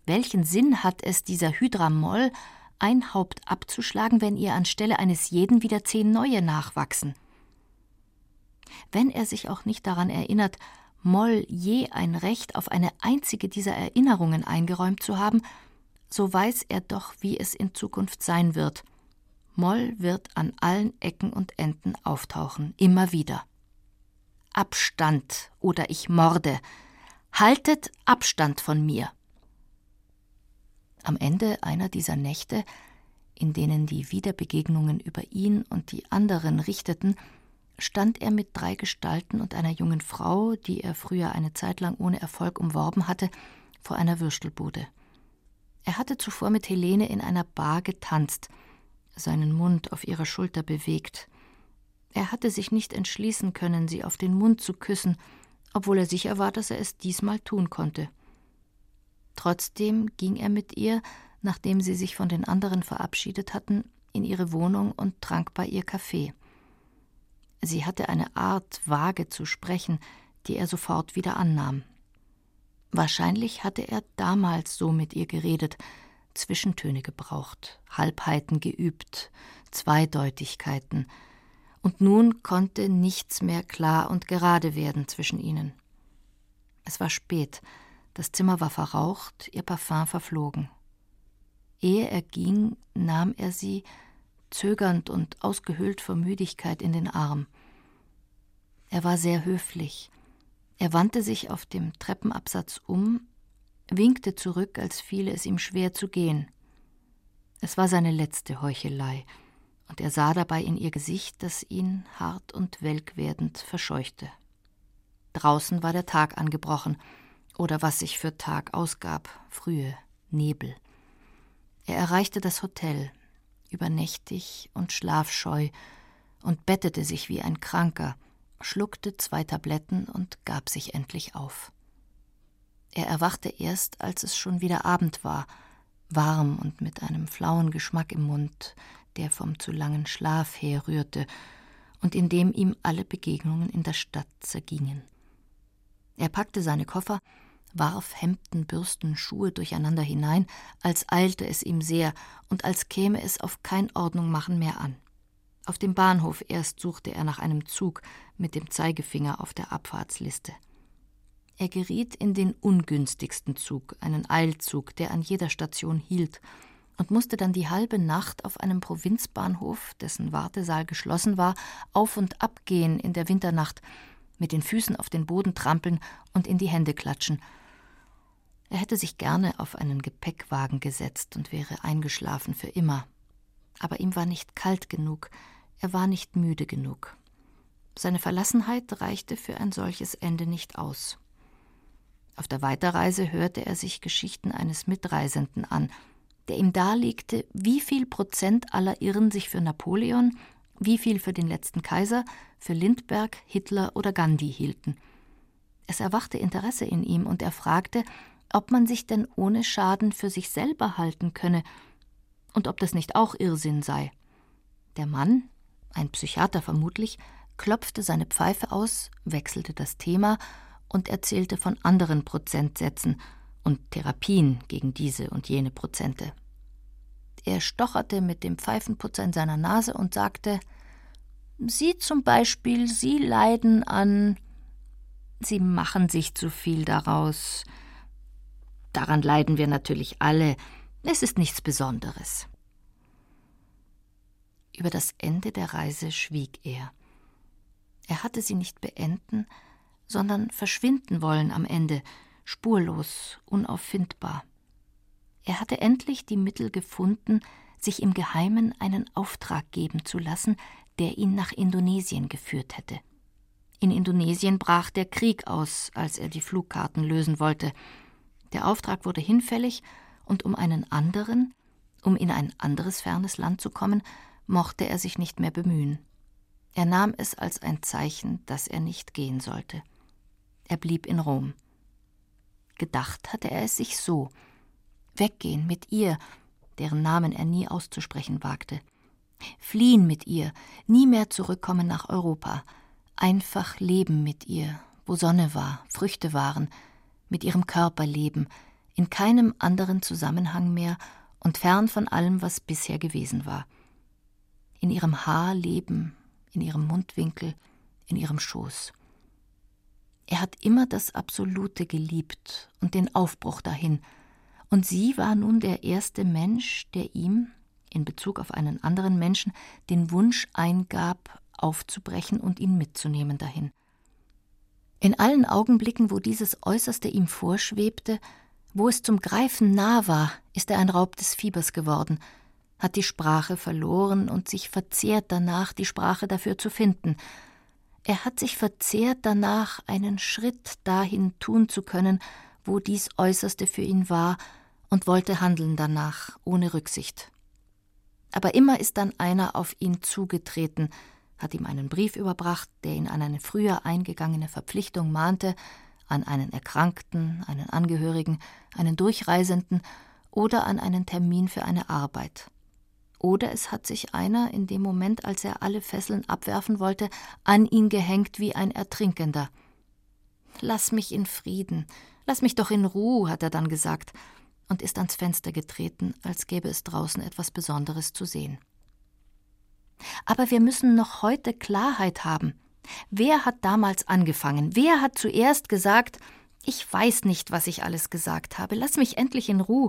Welchen Sinn hat es, dieser Hydra Moll ein Haupt abzuschlagen, wenn ihr anstelle eines jeden wieder 10 neue nachwachsen? Wenn er sich auch nicht daran erinnert, Moll je ein Recht auf eine einzige dieser Erinnerungen eingeräumt zu haben, so weiß er doch, wie es in Zukunft sein wird. Moll wird an allen Ecken und Enden auftauchen, immer wieder. Abstand oder ich morde. Haltet Abstand von mir. Am Ende einer dieser Nächte, in denen die Wiederbegegnungen über ihn und die anderen richteten, stand er mit 3 Gestalten und einer jungen Frau, die er früher eine Zeit lang ohne Erfolg umworben hatte, vor einer Würstelbude. Er hatte zuvor mit Helene in einer Bar getanzt, seinen Mund auf ihrer Schulter bewegt. Er hatte sich nicht entschließen können, sie auf den Mund zu küssen, obwohl er sicher war, dass er es diesmal tun konnte. Trotzdem ging er mit ihr, nachdem sie sich von den anderen verabschiedet hatten, in ihre Wohnung und trank bei ihr Kaffee. Sie hatte eine Art, vage zu sprechen, die er sofort wieder annahm. Wahrscheinlich hatte er damals so mit ihr geredet, Zwischentöne gebraucht, Halbheiten geübt, Zweideutigkeiten, und nun konnte nichts mehr klar und gerade werden zwischen ihnen. Es war spät, das Zimmer war verraucht, ihr Parfum verflogen. Ehe er ging, nahm er sie, zögernd und ausgehöhlt vor Müdigkeit, in den Arm. Er war sehr höflich. Er wandte sich auf dem Treppenabsatz um, winkte zurück, als fiele es ihm schwer zu gehen. Es war seine letzte Heuchelei, und er sah dabei in ihr Gesicht, das ihn hart und welk werdend verscheuchte. Draußen war der Tag angebrochen, oder was sich für Tag ausgab, Frühe, Nebel. Er erreichte das Hotel, übernächtig und schlafscheu, und bettete sich wie ein Kranker, schluckte 2 Tabletten und gab sich endlich auf. Er erwachte erst, als es schon wieder Abend war, warm und mit einem flauen Geschmack im Mund, der vom zu langen Schlaf herrührte und in dem ihm alle Begegnungen in der Stadt zergingen. Er packte seine Koffer, warf Hemden, Bürsten, Schuhe durcheinander hinein, als eilte es ihm sehr und als käme es auf kein Ordnungmachen mehr an. Auf dem Bahnhof erst suchte er nach einem Zug mit dem Zeigefinger auf der Abfahrtsliste. Er geriet in den ungünstigsten Zug, einen Eilzug, der an jeder Station hielt, und musste dann die halbe Nacht auf einem Provinzbahnhof, dessen Wartesaal geschlossen war, auf und ab gehen in der Winternacht, mit den Füßen auf den Boden trampeln und in die Hände klatschen. Er hätte sich gerne auf einen Gepäckwagen gesetzt und wäre eingeschlafen für immer. Aber ihm war nicht kalt genug, er war nicht müde genug. Seine Verlassenheit reichte für ein solches Ende nicht aus. Auf der Weiterreise hörte er sich Geschichten eines Mitreisenden an, der ihm darlegte, wie viel Prozent aller Irren sich für Napoleon, wie viel für den letzten Kaiser, für Lindbergh, Hitler oder Gandhi hielten. Es erwachte Interesse in ihm und er fragte, ob man sich denn ohne Schaden für sich selber halten könne und ob das nicht auch Irrsinn sei. Der Mann, ein Psychiater vermutlich, klopfte seine Pfeife aus, wechselte das Thema und erzählte von anderen Prozentsätzen und Therapien gegen diese und jene Prozente. Er stocherte mit dem Pfeifenputzer in seiner Nase und sagte, »Sie zum Beispiel, Sie leiden an... Sie machen sich zu viel daraus. Daran leiden wir natürlich alle. Es ist nichts Besonderes.« Über das Ende der Reise schwieg er. Er hatte sie nicht beenden, sondern verschwinden wollen am Ende, spurlos, unauffindbar. Er hatte endlich die Mittel gefunden, sich im Geheimen einen Auftrag geben zu lassen, der ihn nach Indonesien geführt hätte. In Indonesien brach der Krieg aus, als er die Flugkarten lösen wollte. Der Auftrag wurde hinfällig, und um einen anderen, um in ein anderes fernes Land zu kommen, mochte er sich nicht mehr bemühen. Er nahm es als ein Zeichen, dass er nicht gehen sollte. Er blieb in Rom. Gedacht hatte er es sich so: weggehen mit ihr, deren Namen er nie auszusprechen wagte. Fliehen mit ihr, nie mehr zurückkommen nach Europa. Einfach leben mit ihr, wo Sonne war, Früchte waren, mit ihrem Körper leben, in keinem anderen Zusammenhang mehr und fern von allem, was bisher gewesen war. In ihrem Haar leben, in ihrem Mundwinkel, in ihrem Schoß. Er hat immer das Absolute geliebt und den Aufbruch dahin, und sie war nun der erste Mensch, der ihm, in Bezug auf einen anderen Menschen, den Wunsch eingab, aufzubrechen und ihn mitzunehmen dahin. In allen Augenblicken, wo dieses Äußerste ihm vorschwebte, wo es zum Greifen nah war, ist er ein Raub des Fiebers geworden, hat die Sprache verloren und sich verzehrt danach, die Sprache dafür zu finden. Er hat sich verzehrt danach, einen Schritt dahin tun zu können, wo dies Äußerste für ihn war, und wollte handeln danach, ohne Rücksicht. Aber immer ist dann einer auf ihn zugetreten, hat ihm einen Brief überbracht, der ihn an eine früher eingegangene Verpflichtung mahnte, an einen Erkrankten, einen Angehörigen, einen Durchreisenden oder an einen Termin für eine Arbeit. Oder es hat sich einer in dem Moment, als er alle Fesseln abwerfen wollte, an ihn gehängt wie ein Ertrinkender. »Lass mich in Frieden, lass mich doch in Ruhe«, hat er dann gesagt, und ist ans Fenster getreten, als gäbe es draußen etwas Besonderes zu sehen. Aber wir müssen noch heute Klarheit haben. Wer hat damals angefangen? Wer hat zuerst gesagt, »Ich weiß nicht, was ich alles gesagt habe, lass mich endlich in Ruhe«?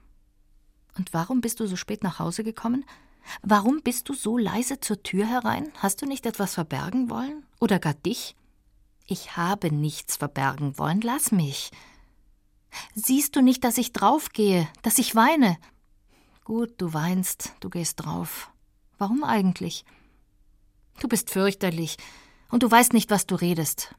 Und warum bist du so spät nach Hause gekommen? Warum bist du so leise zur Tür herein? Hast du nicht etwas verbergen wollen? Oder gar dich? Ich habe nichts verbergen wollen, lass mich. Siehst du nicht, dass ich draufgehe, dass ich weine? Gut, du weinst, du gehst drauf. Warum eigentlich? Du bist fürchterlich und du weißt nicht, was du redest.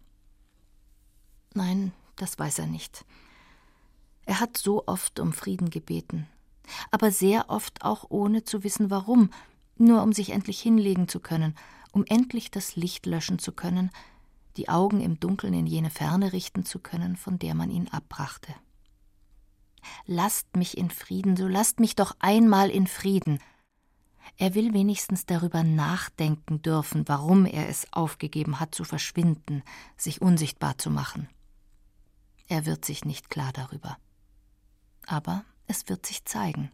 Nein, das weiß er nicht. Er hat so oft um Frieden gebeten, aber sehr oft auch ohne zu wissen, warum, nur um sich endlich hinlegen zu können, um endlich das Licht löschen zu können, die Augen im Dunkeln in jene Ferne richten zu können, von der man ihn abbrachte. Lasst mich in Frieden, so lasst mich doch einmal in Frieden. Er will wenigstens darüber nachdenken dürfen, warum er es aufgegeben hat, zu verschwinden, sich unsichtbar zu machen. Er wird sich nicht klar darüber. Aber es wird sich zeigen.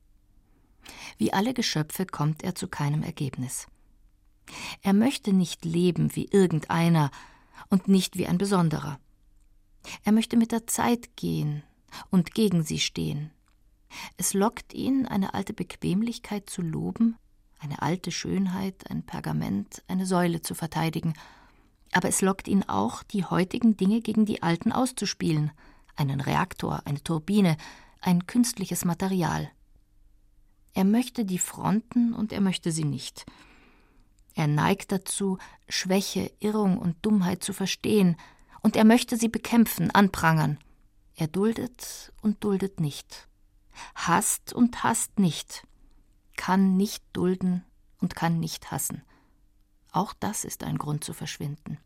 Wie alle Geschöpfe kommt er zu keinem Ergebnis. Er möchte nicht leben wie irgendeiner und nicht wie ein Besonderer. Er möchte mit der Zeit gehen und gegen sie stehen. Es lockt ihn, eine alte Bequemlichkeit zu loben, eine alte Schönheit, ein Pergament, eine Säule zu verteidigen. Aber es lockt ihn auch, die heutigen Dinge gegen die alten auszuspielen, einen Reaktor, eine Turbine, ein künstliches Material. Er möchte die Fronten und er möchte sie nicht. Er neigt dazu, Schwäche, Irrung und Dummheit zu verstehen, und er möchte sie bekämpfen, anprangern. Er duldet und duldet nicht, hasst und hasst nicht, kann nicht dulden und kann nicht hassen. Auch das ist ein Grund zu verschwinden.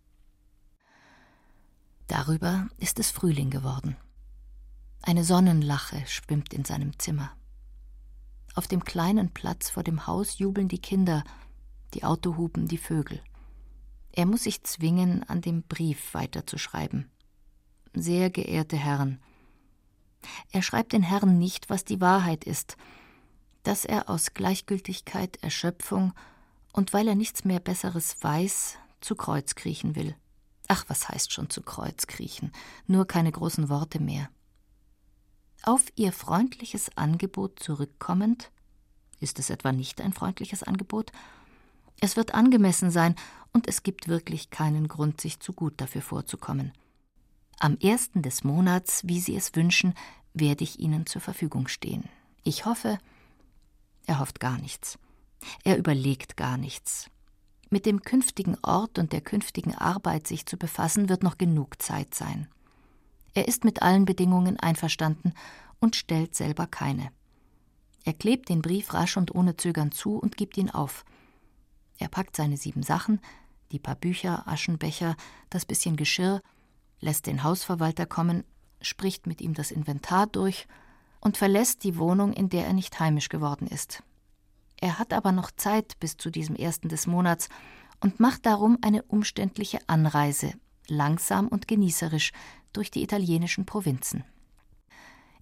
Darüber ist es Frühling geworden. Eine Sonnenlache schwimmt in seinem Zimmer. Auf dem kleinen Platz vor dem Haus jubeln die Kinder, die Autohupen, die Vögel. Er muss sich zwingen, an dem Brief weiterzuschreiben. Sehr geehrte Herren. Er schreibt den Herren nicht, was die Wahrheit ist, dass er aus Gleichgültigkeit, Erschöpfung und weil er nichts mehr Besseres weiß, zu Kreuz kriechen will. Ach, was heißt schon zu Kreuz kriechen? Nur keine großen Worte mehr. Auf ihr freundliches Angebot zurückkommend, ist es etwa nicht ein freundliches Angebot? Es wird angemessen sein und es gibt wirklich keinen Grund, sich zu gut dafür vorzukommen. Am 1. des Monats, wie Sie es wünschen, werde ich Ihnen zur Verfügung stehen. Ich hoffe, er hofft gar nichts. Er überlegt gar nichts. Mit dem künftigen Ort und der künftigen Arbeit sich zu befassen, wird noch genug Zeit sein. Er ist mit allen Bedingungen einverstanden und stellt selber keine. Er klebt den Brief rasch und ohne Zögern zu und gibt ihn auf. Er packt seine 7 Sachen, die paar Bücher, Aschenbecher, das bisschen Geschirr, lässt den Hausverwalter kommen, spricht mit ihm das Inventar durch und verlässt die Wohnung, in der er nicht heimisch geworden ist. Er hat aber noch Zeit bis zu diesem 1. des Monats und macht darum eine umständliche Anreise, langsam und genießerisch, durch die italienischen Provinzen.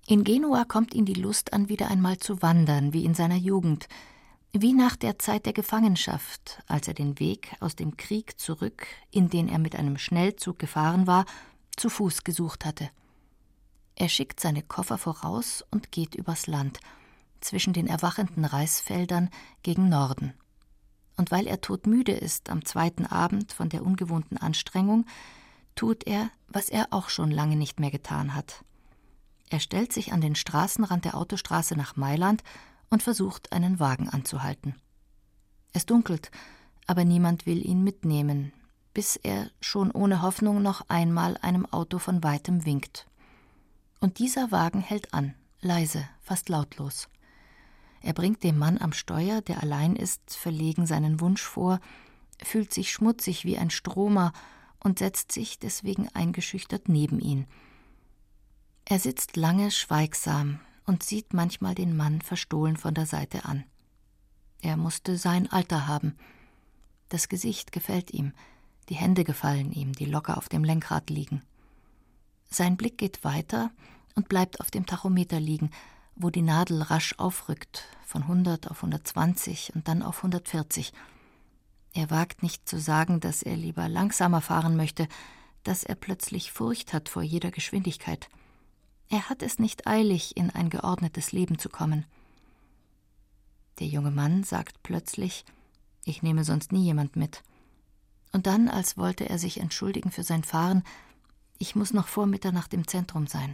In Genua kommt ihm die Lust an, wieder einmal zu wandern, wie in seiner Jugend, wie nach der Zeit der Gefangenschaft, als er den Weg aus dem Krieg zurück, in den er mit einem Schnellzug gefahren war, zu Fuß gesucht hatte. Er schickt seine Koffer voraus und geht übers Land, zwischen den erwachenden Reisfeldern gegen Norden. Und weil er todmüde ist am zweiten Abend von der ungewohnten Anstrengung, tut er, was er auch schon lange nicht mehr getan hat. Er stellt sich an den Straßenrand der Autostraße nach Mailand und versucht, einen Wagen anzuhalten. Es dunkelt, aber niemand will ihn mitnehmen, bis er schon ohne Hoffnung noch einmal einem Auto von weitem winkt. Und dieser Wagen hält an, leise, fast lautlos. Er bringt dem Mann am Steuer, der allein ist, verlegen seinen Wunsch vor, fühlt sich schmutzig wie ein Stromer und setzt sich deswegen eingeschüchtert neben ihn. Er sitzt lange schweigsam und sieht manchmal den Mann verstohlen von der Seite an. Er musste sein Alter haben. Das Gesicht gefällt ihm, die Hände gefallen ihm, die locker auf dem Lenkrad liegen. Sein Blick geht weiter und bleibt auf dem Tachometer liegen, wo die Nadel rasch aufrückt, von 100 auf 120 und dann auf 140. Er wagt nicht zu sagen, dass er lieber langsamer fahren möchte, dass er plötzlich Furcht hat vor jeder Geschwindigkeit. Er hat es nicht eilig, in ein geordnetes Leben zu kommen. Der junge Mann sagt plötzlich, ich nehme sonst nie jemand mit. Und dann, als wollte er sich entschuldigen für sein Fahren, ich muss noch vor Mitternacht im Zentrum sein.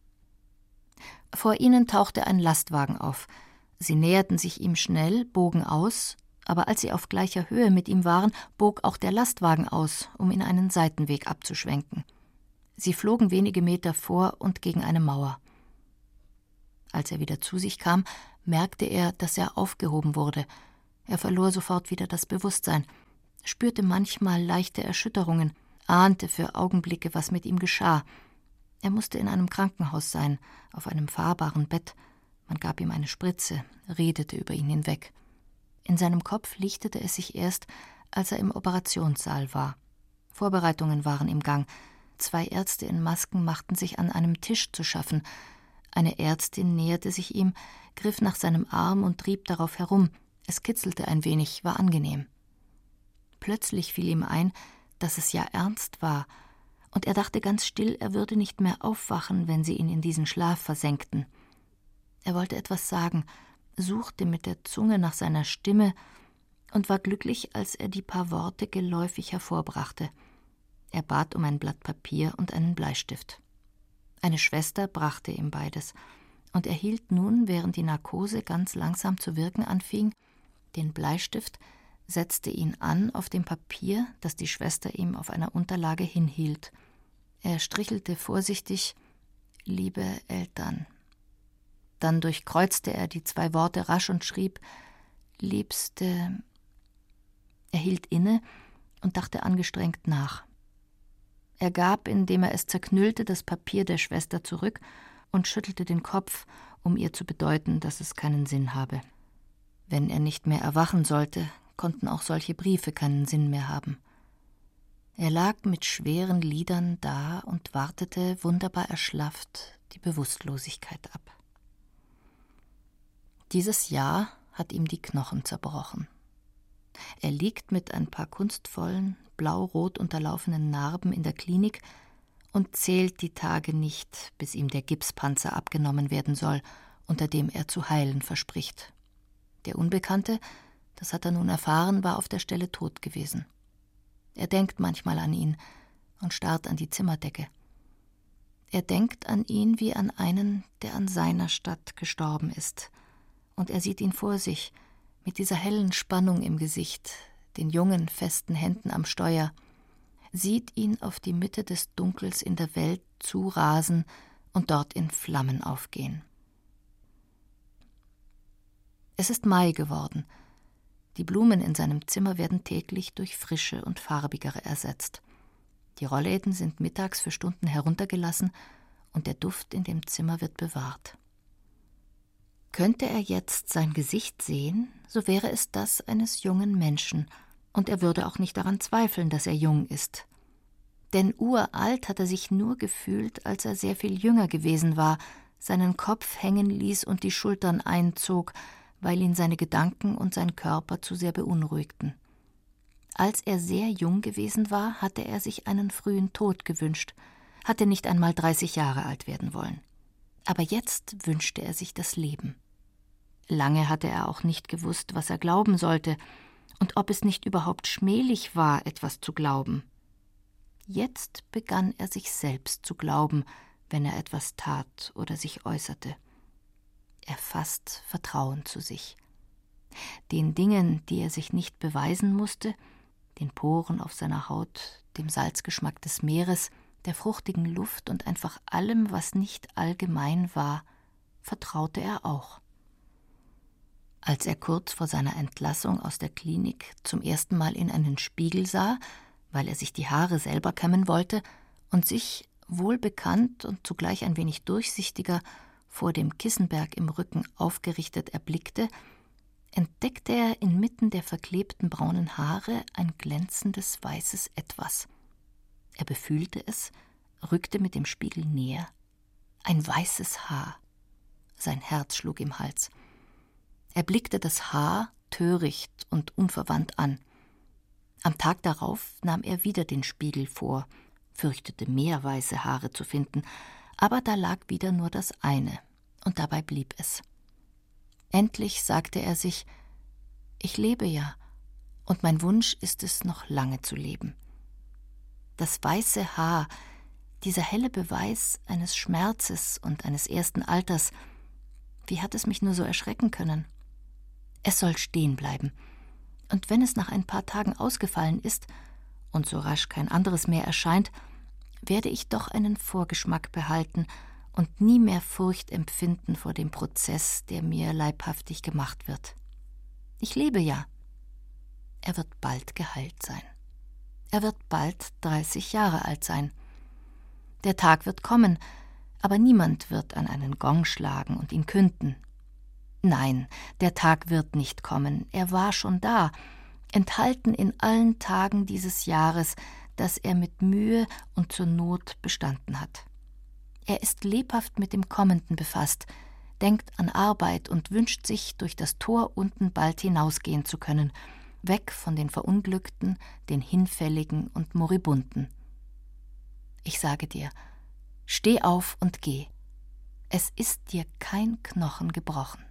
Vor ihnen tauchte ein Lastwagen auf. Sie näherten sich ihm schnell, bogen aus, aber als sie auf gleicher Höhe mit ihm waren, bog auch der Lastwagen aus, um in einen Seitenweg abzuschwenken. Sie flogen wenige Meter vor und gegen eine Mauer. Als er wieder zu sich kam, merkte er, dass er aufgehoben wurde. Er verlor sofort wieder das Bewusstsein, spürte manchmal leichte Erschütterungen, ahnte für Augenblicke, was mit ihm geschah. Er musste in einem Krankenhaus sein, auf einem fahrbaren Bett. Man gab ihm eine Spritze, redete über ihn hinweg. In seinem Kopf lichtete es sich erst, als er im Operationssaal war. Vorbereitungen waren im Gang. 2 Ärzte in Masken machten sich an einem Tisch zu schaffen. Eine Ärztin näherte sich ihm, griff nach seinem Arm und rieb darauf herum. Es kitzelte ein wenig, war angenehm. Plötzlich fiel ihm ein, dass es ja ernst war, und er dachte ganz still, er würde nicht mehr aufwachen, wenn sie ihn in diesen Schlaf versenkten. Er wollte etwas sagen, suchte mit der Zunge nach seiner Stimme und war glücklich, als er die paar Worte geläufig hervorbrachte. Er bat um ein Blatt Papier und einen Bleistift. Eine Schwester brachte ihm beides, und er hielt nun, während die Narkose ganz langsam zu wirken anfing, den Bleistift, setzte ihn an auf dem Papier, das die Schwester ihm auf einer Unterlage hinhielt. Er strichelte vorsichtig »Liebe Eltern«. Dann durchkreuzte er die 2 Worte rasch und schrieb »Liebste«. Er hielt inne und dachte angestrengt nach. Er gab, indem er es zerknüllte, das Papier der Schwester zurück und schüttelte den Kopf, um ihr zu bedeuten, dass es keinen Sinn habe. Wenn er nicht mehr erwachen sollte, konnten auch solche Briefe keinen Sinn mehr haben. Er lag mit schweren Lidern da und wartete, wunderbar erschlafft, die Bewusstlosigkeit ab. Dieses Jahr hat ihm die Knochen zerbrochen. Er liegt mit ein paar kunstvollen, blau-rot unterlaufenen Narben in der Klinik und zählt die Tage nicht, bis ihm der Gipspanzer abgenommen werden soll, unter dem er zu heilen verspricht. Der Unbekannte, das hat er nun erfahren, war auf der Stelle tot gewesen. Er denkt manchmal an ihn und starrt an die Zimmerdecke. Er denkt an ihn wie an einen, der an seiner Stadt gestorben ist. Und er sieht ihn vor sich, mit dieser hellen Spannung im Gesicht, den jungen, festen Händen am Steuer, sieht ihn auf die Mitte des Dunkels in der Welt zurasen und dort in Flammen aufgehen. Es ist Mai geworden. Die Blumen in seinem Zimmer werden täglich durch frische und farbigere ersetzt. Die Rollläden sind mittags für Stunden heruntergelassen und der Duft in dem Zimmer wird bewahrt. Könnte er jetzt sein Gesicht sehen, so wäre es das eines jungen Menschen, und er würde auch nicht daran zweifeln, dass er jung ist. Denn uralt hat er sich nur gefühlt, als er sehr viel jünger gewesen war, seinen Kopf hängen ließ und die Schultern einzog, weil ihn seine Gedanken und sein Körper zu sehr beunruhigten. Als er sehr jung gewesen war, hatte er sich einen frühen Tod gewünscht, hatte nicht einmal 30 Jahre alt werden wollen. Aber jetzt wünschte er sich das Leben. Lange hatte er auch nicht gewusst, was er glauben sollte und ob es nicht überhaupt schmählich war, etwas zu glauben. Jetzt begann er sich selbst zu glauben, wenn er etwas tat oder sich äußerte. Er fasst Vertrauen zu sich. Den Dingen, die er sich nicht beweisen musste, den Poren auf seiner Haut, dem Salzgeschmack des Meeres, der fruchtigen Luft und einfach allem, was nicht allgemein war, vertraute er auch. Als er kurz vor seiner Entlassung aus der Klinik zum ersten Mal in einen Spiegel sah, weil er sich die Haare selber kämmen wollte und sich, wohlbekannt und zugleich ein wenig durchsichtiger, vor dem Kissenberg im Rücken aufgerichtet erblickte, entdeckte er inmitten der verklebten braunen Haare ein glänzendes weißes Etwas. Er befühlte es, rückte mit dem Spiegel näher. Ein weißes Haar. Sein Herz schlug im Hals. Er blickte das Haar töricht und unverwandt an. Am Tag darauf nahm er wieder den Spiegel vor, fürchtete mehr weiße Haare zu finden, aber da lag wieder nur das eine, und dabei blieb es. Endlich sagte er sich: Ich lebe ja, und mein Wunsch ist es, noch lange zu leben. Das weiße Haar, dieser helle Beweis eines Schmerzes und eines ersten Alters, wie hat es mich nur so erschrecken können? Es soll stehen bleiben, und wenn es nach ein paar Tagen ausgefallen ist und so rasch kein anderes mehr erscheint, werde ich doch einen Vorgeschmack behalten und nie mehr Furcht empfinden vor dem Prozess, der mir leibhaftig gemacht wird. Ich lebe ja. Er wird bald geheilt sein. Er wird bald 30 Jahre alt sein. Der Tag wird kommen, aber niemand wird an einen Gong schlagen und ihn künden. Nein, der Tag wird nicht kommen, er war schon da, enthalten in allen Tagen dieses Jahres, das er mit Mühe und zur Not bestanden hat. Er ist lebhaft mit dem Kommenden befasst, denkt an Arbeit und wünscht sich, durch das Tor unten bald hinausgehen zu können, weg von den Verunglückten, den Hinfälligen und Moribunden. Ich sage dir, steh auf und geh. Es ist dir kein Knochen gebrochen.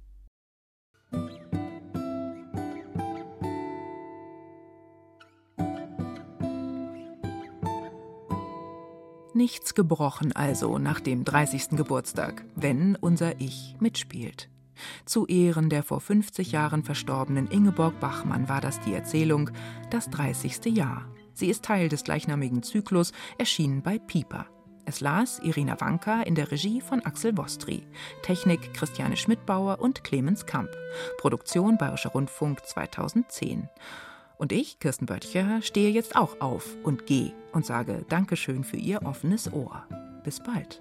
Nichts gebrochen also nach dem 30. Geburtstag, wenn unser Ich mitspielt. Zu Ehren der vor 50 Jahren verstorbenen Ingeborg Bachmann war das die Erzählung »Das 30. Jahr«. Sie ist Teil des gleichnamigen Zyklus, erschienen bei Piper. Es las Irina Wanka in der Regie von Axel Wostri. Technik Christiane Schmidbauer und Clemens Kamp. Produktion Bayerischer Rundfunk 2010. Und ich, Kirsten Böttcher, stehe jetzt auch auf und gehe und sage Dankeschön für Ihr offenes Ohr. Bis bald.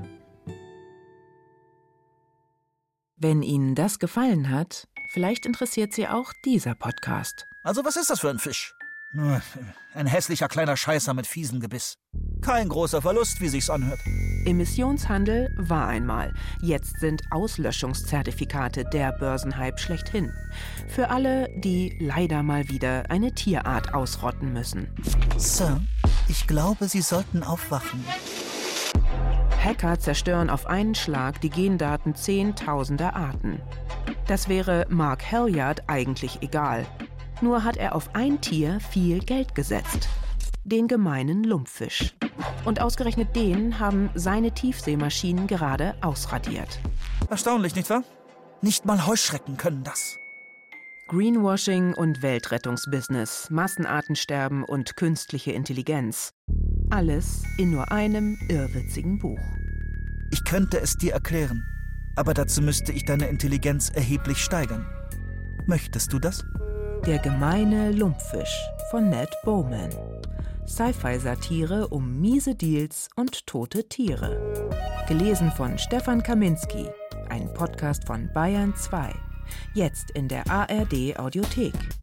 Wenn Ihnen das gefallen hat, vielleicht interessiert Sie auch dieser Podcast. Also was ist das für ein Fisch? Ein hässlicher kleiner Scheißer mit fiesem Gebiss. Kein großer Verlust, wie sich's anhört. Emissionshandel war einmal. Jetzt sind Auslöschungszertifikate der Börsenhype schlechthin. Für alle, die leider mal wieder eine Tierart ausrotten müssen. Sir, ich glaube, Sie sollten aufwachen. Hacker zerstören auf einen Schlag die Gendaten zehntausender Arten. Das wäre Mark Halliard eigentlich egal. Nur hat er auf ein Tier viel Geld gesetzt. Den gemeinen Lumpfisch. Und ausgerechnet den haben seine Tiefseemaschinen gerade ausradiert. Erstaunlich, nicht wahr? Nicht mal Heuschrecken können das. Greenwashing und Weltrettungsbusiness, Massenartensterben und künstliche Intelligenz. Alles in nur einem irrwitzigen Buch. Ich könnte es dir erklären, aber dazu müsste ich deine Intelligenz erheblich steigern. Möchtest du das? Der gemeine Lumpfisch von Ned Bowman. Sci-Fi-Satire um miese Deals und tote Tiere. Gelesen von Stefan Kaminski. Ein Podcast von Bayern 2. Jetzt in der ARD Audiothek.